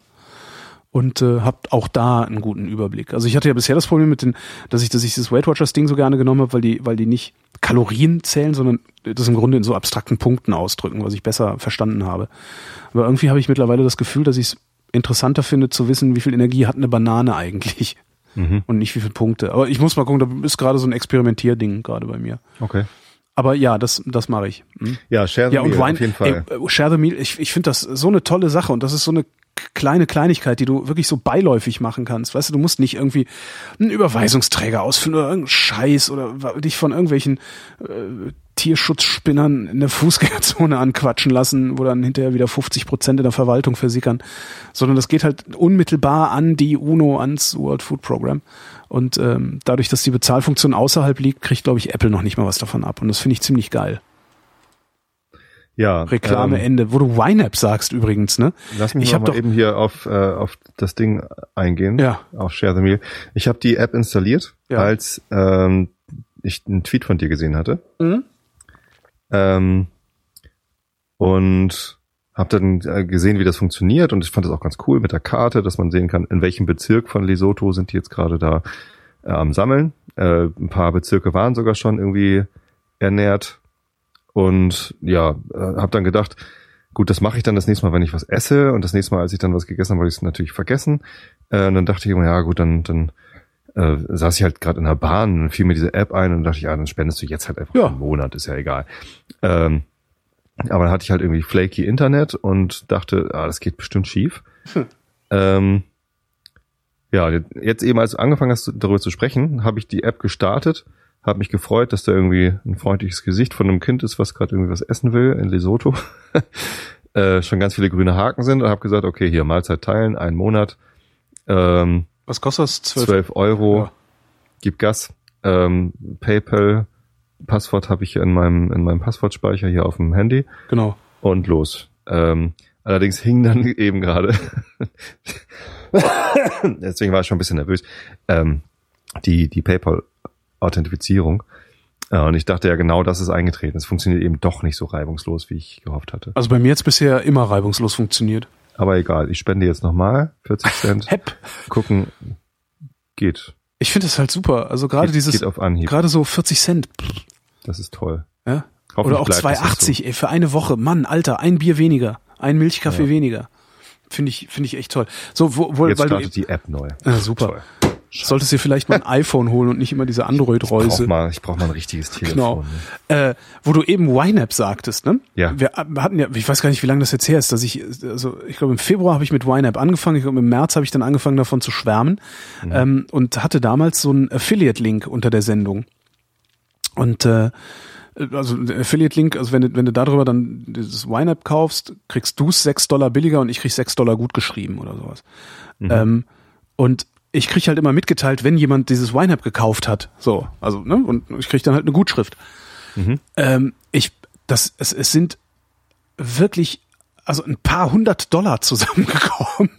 und äh, habe auch da einen guten Überblick. Also ich hatte ja bisher das Problem mit den, dass ich, dass ich das Weight Watchers Ding so gerne genommen habe, weil die, weil die nicht Kalorien zählen, sondern das im Grunde in so abstrakten Punkten ausdrücken, was ich besser verstanden habe. Aber irgendwie habe ich mittlerweile das Gefühl, dass ich es interessanter finde zu wissen, wie viel Energie hat eine Banane eigentlich mhm. und nicht wie viele Punkte. Aber ich muss mal gucken, da ist gerade so ein Experimentierding gerade bei mir. Okay. Aber ja, das das mache ich. Hm? Ja, Share the ja, und Meal, Wine, auf jeden Fall. Ey, Share the Meal, ich, ich finde das so eine tolle Sache und das ist so eine kleine Kleinigkeit, die du wirklich so beiläufig machen kannst. Weißt du, du musst nicht irgendwie einen Überweisungsträger ausfüllen oder irgendeinen Scheiß oder dich von irgendwelchen äh, Tierschutzspinnern in der Fußgängerzone anquatschen lassen, wo dann hinterher wieder fünfzig Prozent in der Verwaltung versickern, sondern das geht halt unmittelbar an die UNO, ans World Food Program. Und ähm, dadurch, dass die Bezahlfunktion außerhalb liegt, kriegt, glaube ich, Apple noch nicht mal was davon ab. Und das finde ich ziemlich geil. Ja. Reklame ähm, Ende. Wo du Y N A B sagst übrigens, ne? Lass mich ich mal doch eben hier auf, äh, auf das Ding eingehen. Ja. Auf Share the Meal. Ich habe die App installiert, ja. als ähm, ich einen Tweet von dir gesehen hatte. Mhm. Ähm, und habe dann gesehen, wie das funktioniert, und ich fand das auch ganz cool mit der Karte, dass man sehen kann, in welchem Bezirk von Lesotho sind die jetzt gerade da äh, am Sammeln. Äh, ein paar Bezirke waren sogar schon irgendwie ernährt. Und ja, äh, habe dann gedacht, gut, das mache ich dann das nächste Mal, wenn ich was esse, und das nächste Mal, als ich dann was gegessen habe, wollte ich es natürlich vergessen. Äh, und dann dachte ich immer, ja gut, dann dann äh, saß ich halt gerade in der Bahn und fiel mir diese App ein und dachte ich, ja, dann spendest du jetzt halt einfach ja. einen Monat, ist ja egal. Ähm, aber dann hatte ich halt irgendwie flaky Internet und dachte, ah, das geht bestimmt schief. Hm. Ähm, ja, jetzt eben, als du angefangen hast, darüber zu sprechen, habe ich die App gestartet, habe mich gefreut, dass da irgendwie ein freundliches Gesicht von einem Kind ist, was gerade irgendwie was essen will in Lesotho. äh, schon ganz viele grüne Haken sind, und habe gesagt, okay, hier Mahlzeit teilen, einen Monat. Ähm, was kostet das? zwölf Euro. Ja. Gib Gas. Ähm, PayPal, Passwort habe ich in meinem in meinem Passwortspeicher hier auf dem Handy. Genau. Und los. Ähm, allerdings hing dann eben gerade, deswegen war ich schon ein bisschen nervös, ähm, die die PayPal Authentifizierung. Und ich dachte ja, genau das ist eingetreten. Es funktioniert eben doch nicht so reibungslos, wie ich gehofft hatte. Also bei mir jetzt bisher immer reibungslos funktioniert. Aber egal, ich spende jetzt nochmal vierzig Cent. Hepp. Gucken, geht. Ich finde das halt super. Also gerade dieses, geht auf Anhieb. Gerade so vierzig Cent. Das ist toll. Ja? Oder auch zwei achtzig, so. Ey, für eine Woche. Mann, Alter, ein Bier weniger. Ein Milchkaffee ja. weniger. Finde ich, finde ich echt toll. So, wo, wo, jetzt weil startet du, die App neu. Ja, super. Toll. Solltest dir vielleicht mal ein iPhone holen und nicht immer diese Android-Reuse. Ich brauch mal, ich brauch mal ein richtiges Telefon. Genau. Ne? Äh, wo du eben Y N A B sagtest, ne? Ja. Wir hatten ja, ich weiß gar nicht, wie lange das jetzt her ist, dass ich, also ich glaube im Februar habe ich mit Y N A B angefangen, ich glaube im März habe ich dann angefangen davon zu schwärmen, mhm. ähm, und hatte damals so einen Affiliate-Link unter der Sendung. Und äh, also der Affiliate-Link, also wenn du, wenn du darüber dann dieses Y N A B kaufst, kriegst du es sechs Dollar billiger und ich krieg sechs Dollar gut geschrieben oder sowas. Mhm. Ähm, und ich krieg halt immer mitgeteilt, wenn jemand dieses Y N A B gekauft hat. So, also, ne? Und ich krieg dann halt eine Gutschrift. Mhm. Ähm, ich, das, es, es sind wirklich, also ein paar hundert Dollar zusammengekommen.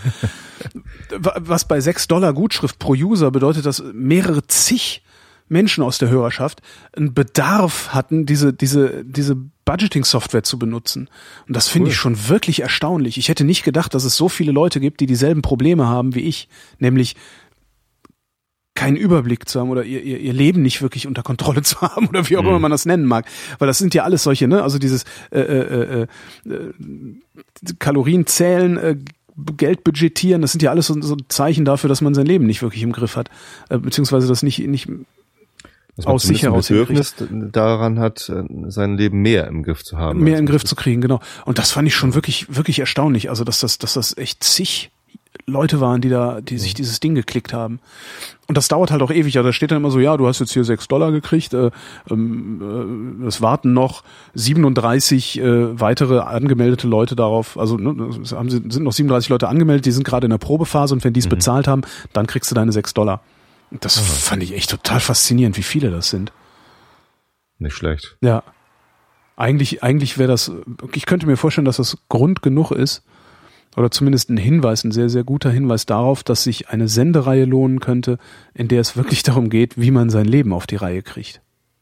Was bei sechs Dollar Gutschrift pro User bedeutet, dass mehrere zig Menschen aus der Hörerschaft einen Bedarf hatten, diese, diese, diese Budgeting-Software zu benutzen. Und das finde cool. ich schon wirklich erstaunlich. Ich hätte nicht gedacht, dass es so viele Leute gibt, die dieselben Probleme haben wie ich, nämlich keinen Überblick zu haben oder ihr, ihr, ihr Leben nicht wirklich unter Kontrolle zu haben oder wie auch mhm. immer man das nennen mag. Weil das sind ja alles solche, ne, also dieses äh, äh, äh, Kalorien zählen, äh, Geld budgetieren, das sind ja alles so, so Zeichen dafür, dass man sein Leben nicht wirklich im Griff hat, äh, beziehungsweise das nicht, nicht dass man aus sich heraus ein Bedürfnis daran hat, sein Leben mehr im Griff zu haben. Mehr im Griff zu kriegen, genau. Und das fand ich schon wirklich, wirklich erstaunlich. Also, dass das, dass das echt zig Leute waren, die da, die sich dieses Ding geklickt haben. Und das dauert halt auch ewig. Ja, da steht dann immer so, ja, du hast jetzt hier sechs Dollar gekriegt, äh, ähm, äh, es warten noch siebenunddreißig äh, weitere angemeldete Leute darauf. Also ne, es haben, sind noch siebenunddreißig Leute angemeldet, die sind gerade in der Probephase, und wenn die es mhm. bezahlt haben, dann kriegst du deine sechs Dollar. Das Aha. fand ich echt total faszinierend, wie viele das sind. Nicht schlecht. Ja. Eigentlich, eigentlich wäre das, ich könnte mir vorstellen, dass das Grund genug ist, oder zumindest ein Hinweis, ein sehr, sehr guter Hinweis darauf, dass sich eine Sendereihe lohnen könnte, in der es wirklich darum geht, wie man sein Leben auf die Reihe kriegt.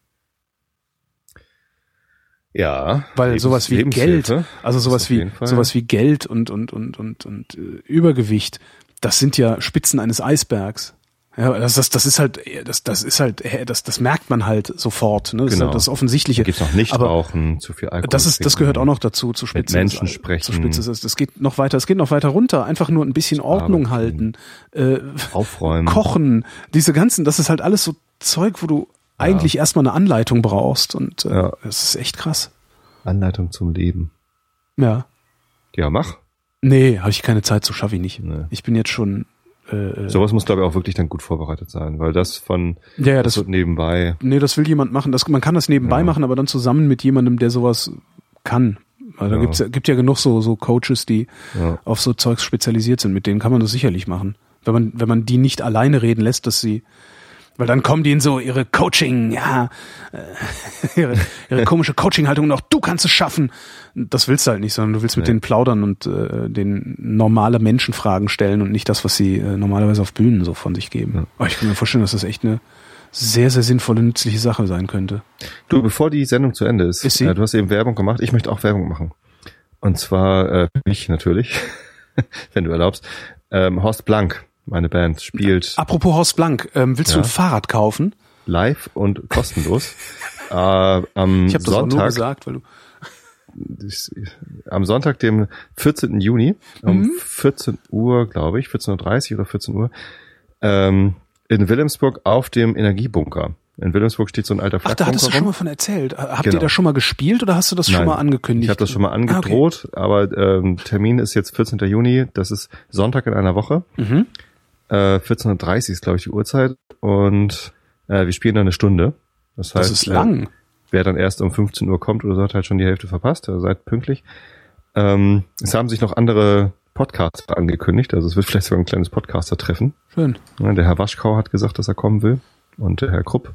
Ja. Weil Lebens- sowas wie Geld, also sowas wie, sowas wie Geld und, und, und, und, und äh, Übergewicht, das sind ja Spitzen eines Eisbergs. Ja, das, das, das ist halt, das, das ist halt, das, das merkt man halt sofort. Ne? Das genau. ist halt das Offensichtliche. Da gibt's noch nicht rauchen, zu viel Alkohol. Das ist, das gehört auch noch dazu, zu Spitze. Mit Menschen sprechen. Zu Spitze. Das geht noch weiter, es geht noch weiter runter. Einfach nur ein bisschen Ordnung Arbeiten, halten, äh, aufräumen, kochen. Diese ganzen, das ist halt alles so Zeug, wo du ja. eigentlich erstmal eine Anleitung brauchst. Und äh, ja. das ist echt krass. Anleitung zum Leben. Ja. Ja, mach. Nee, habe ich keine Zeit, so schaffe ich nicht. Nee. Ich bin jetzt schon Äh, Sowas muss, glaube ich, auch wirklich dann gut vorbereitet sein, weil das von ja, ja, das das wird nebenbei. Nee, das will jemand machen. Das, man kann das nebenbei Ja. machen, aber dann zusammen mit jemandem, der sowas kann. Also da Ja. gibt's, gibt ja genug so, so Coaches, die Ja. auf so Zeugs spezialisiert sind. Mit denen kann man das sicherlich machen. Wenn man, wenn man die nicht alleine reden lässt, dass sie, weil dann kommen die in so ihre Coaching, ja, äh, ihre, ihre komische Coaching-Haltung und auch du kannst es schaffen. Das willst du halt nicht, sondern du willst mit Nee. denen plaudern und äh, denen normale Menschenfragen stellen und nicht das, was sie äh, normalerweise auf Bühnen so von sich geben. Ja. Aber ich kann mir vorstellen, dass das echt eine sehr, sehr sinnvolle, nützliche Sache sein könnte. Du, bevor die Sendung zu Ende ist, Ist sie? Äh, du hast eben Werbung gemacht, ich möchte auch Werbung machen. Und zwar äh, für mich natürlich, wenn du erlaubst. Ähm, Horst Blank, meine Band, spielt Apropos Horst Blank, ähm, willst Ja. du ein Fahrrad kaufen? live und kostenlos äh, am Ich habe das auch nur Sonntag. gesagt, weil du Ich, am Sonntag, dem vierzehnten Juni, um Mhm. vierzehn Uhr, glaube ich, vierzehn Uhr dreißig oder vierzehn Uhr, ähm, in Wilhelmsburg auf dem Energiebunker. In Wilhelmsburg steht so ein alter Ach, da Flakbunker hattest du schon rum. mal von erzählt. Habt Genau. ihr da schon mal gespielt oder hast du das schon Nein, mal angekündigt? Ich habe das schon mal angedroht, aber ähm, Termin ist jetzt vierzehnten Juni, das ist Sonntag in einer Woche. Mhm. Äh, vierzehn Uhr dreißig ist, glaube ich, die Uhrzeit. Und äh, wir spielen dann eine Stunde. Das heißt, Das ist lang. Äh, wer dann erst um fünfzehn Uhr kommt oder so, hat halt schon die Hälfte verpasst. Also seid pünktlich. Ähm, es haben sich noch andere Podcaster angekündigt. Also es wird vielleicht sogar ein kleines Podcaster-Treffen. Schön. Ja, der Herr Waschkau hat gesagt, dass er kommen will. Und der Herr Krupp.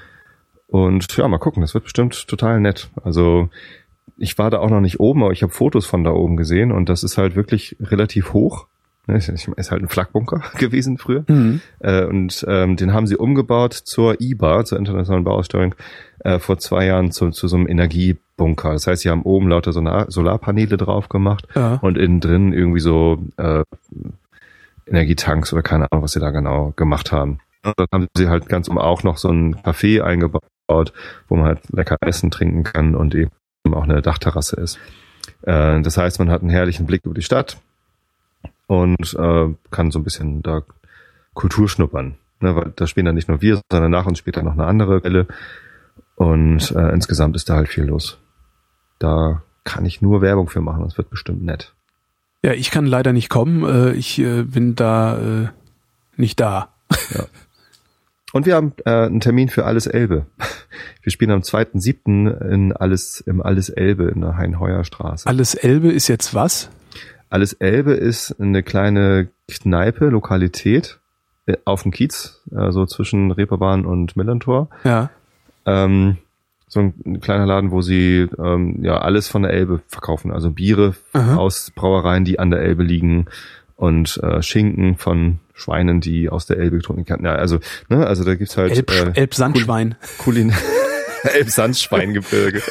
Und ja, mal gucken. Das wird bestimmt total nett. Also ich war da auch noch nicht oben, aber ich habe Fotos von da oben gesehen. Und das ist halt wirklich relativ hoch. Ist ist halt ein Flakbunker gewesen früher. Mhm. Äh, und ähm, den haben sie umgebaut zur I B A, zur Internationalen Bauausstellung, äh, vor zwei Jahren zu, zu so einem Energiebunker. Das heißt, sie haben oben lauter Solar- Solarpaneele drauf gemacht Ja. und innen drin irgendwie so äh, Energietanks oder keine Ahnung, was sie da genau gemacht haben. Und dann haben sie halt ganz um auch noch so ein Café eingebaut, wo man halt lecker essen, trinken kann und eben auch eine Dachterrasse ist. Äh, das heißt, man hat einen herrlichen Blick über die Stadt und äh, kann so ein bisschen da Kultur schnuppern. Ne, weil da spielen dann nicht nur wir, sondern nach uns spielt dann noch eine andere Welle. Und äh, insgesamt ist da halt viel los. Da kann ich nur Werbung für machen. Das wird bestimmt nett. Ja, ich kann leider nicht kommen. Äh, Ich äh, bin da äh, nicht da. Ja. Und wir haben äh, einen Termin für Alles Elbe. Wir spielen am zweiten siebten in Alles, im Alles Elbe in der Hein-Heuer-Straße. Alles Elbe ist jetzt was? Alles Elbe ist eine kleine Kneipe, Lokalität äh, auf dem Kiez, also zwischen Reeperbahn und Millantor. Ja. Ähm, so ein, ein kleiner Laden, wo sie ähm, ja alles von der Elbe verkaufen, also Biere Aha. aus Brauereien, die an der Elbe liegen und äh, Schinken von Schweinen, die aus der Elbe getrunken werden. Ja, also ne, also da gibt's halt Elb, äh, Elbsandschwein. Kulin Elbsandschweingebirge.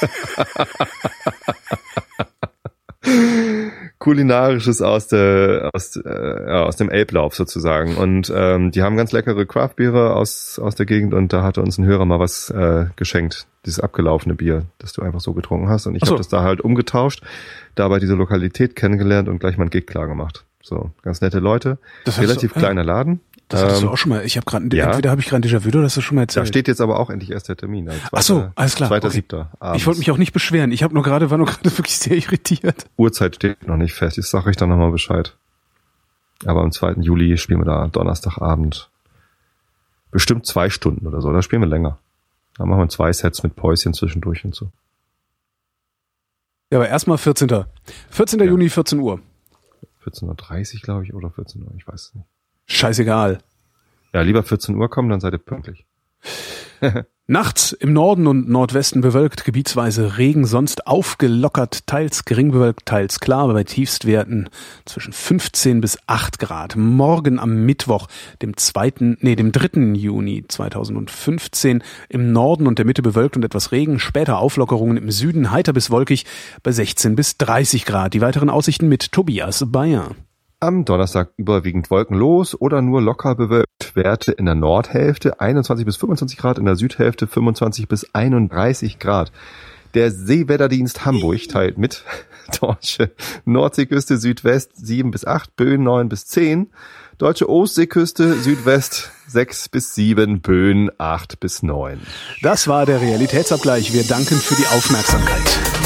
Kulinarisches aus der aus, äh, ja, aus dem Elblauf sozusagen. Und ähm, die haben ganz leckere Craftbiere aus aus der Gegend und da hatte uns ein Hörer mal was äh, geschenkt, dieses abgelaufene Bier, das du einfach so getrunken hast. Und ich Ach so. habe das da halt umgetauscht, dabei diese Lokalität kennengelernt und gleich mal einen Gig klar gemacht. So, ganz nette Leute, Das hattest relativ du- kleiner Laden. Das hattest Ähm, du auch schon mal. Ich habe gerade ja. entweder habe ich gerade ein Déjà-vu oder hast du schon mal Da erzählt. steht jetzt aber auch endlich erst der Termin. Also Ach so, alles klar. Zweiter Okay. Siebter. Ich wollte mich auch nicht beschweren. Ich habe nur gerade war nur gerade wirklich sehr irritiert. Uhrzeit steht noch nicht fest. Jetzt sage ich dann nochmal Bescheid. Aber am zweiten Juli spielen wir da Donnerstagabend. Bestimmt zwei Stunden oder so. Da spielen wir länger. Da machen wir zwei Sets mit Päuschen zwischendurch und so. Ja, aber erstmal vierzehnten vierzehnten Ja. Juni, vierzehn Uhr. vierzehn Uhr dreißig, glaube ich, oder vierzehn Uhr. Ich weiß es nicht. Scheißegal. Ja, lieber vierzehn Uhr kommen, dann seid ihr pünktlich. Nachts im Norden und Nordwesten bewölkt, gebietsweise Regen, sonst aufgelockert, teils gering bewölkt, teils klar, bei Tiefstwerten zwischen fünfzehn bis acht Grad. Morgen am Mittwoch, dem zweiten, nee, dem dritten Juni zweitausendfünfzehn, im Norden und der Mitte bewölkt und etwas Regen, später Auflockerungen im Süden, heiter bis wolkig, bei sechzehn bis dreißig Grad. Die weiteren Aussichten mit Tobias Bayer. Am Donnerstag überwiegend wolkenlos oder nur locker bewölkt. Werte in der Nordhälfte einundzwanzig bis fünfundzwanzig Grad, in der Südhälfte fünfundzwanzig bis einunddreißig Grad. Der Seewetterdienst Hamburg teilt mit. Deutsche Nordseeküste Südwest sieben bis acht, Böen neun bis zehn. Deutsche Ostseeküste Südwest sechs bis sieben, Böen acht bis neun. Das war der Realitätsabgleich. Wir danken für die Aufmerksamkeit.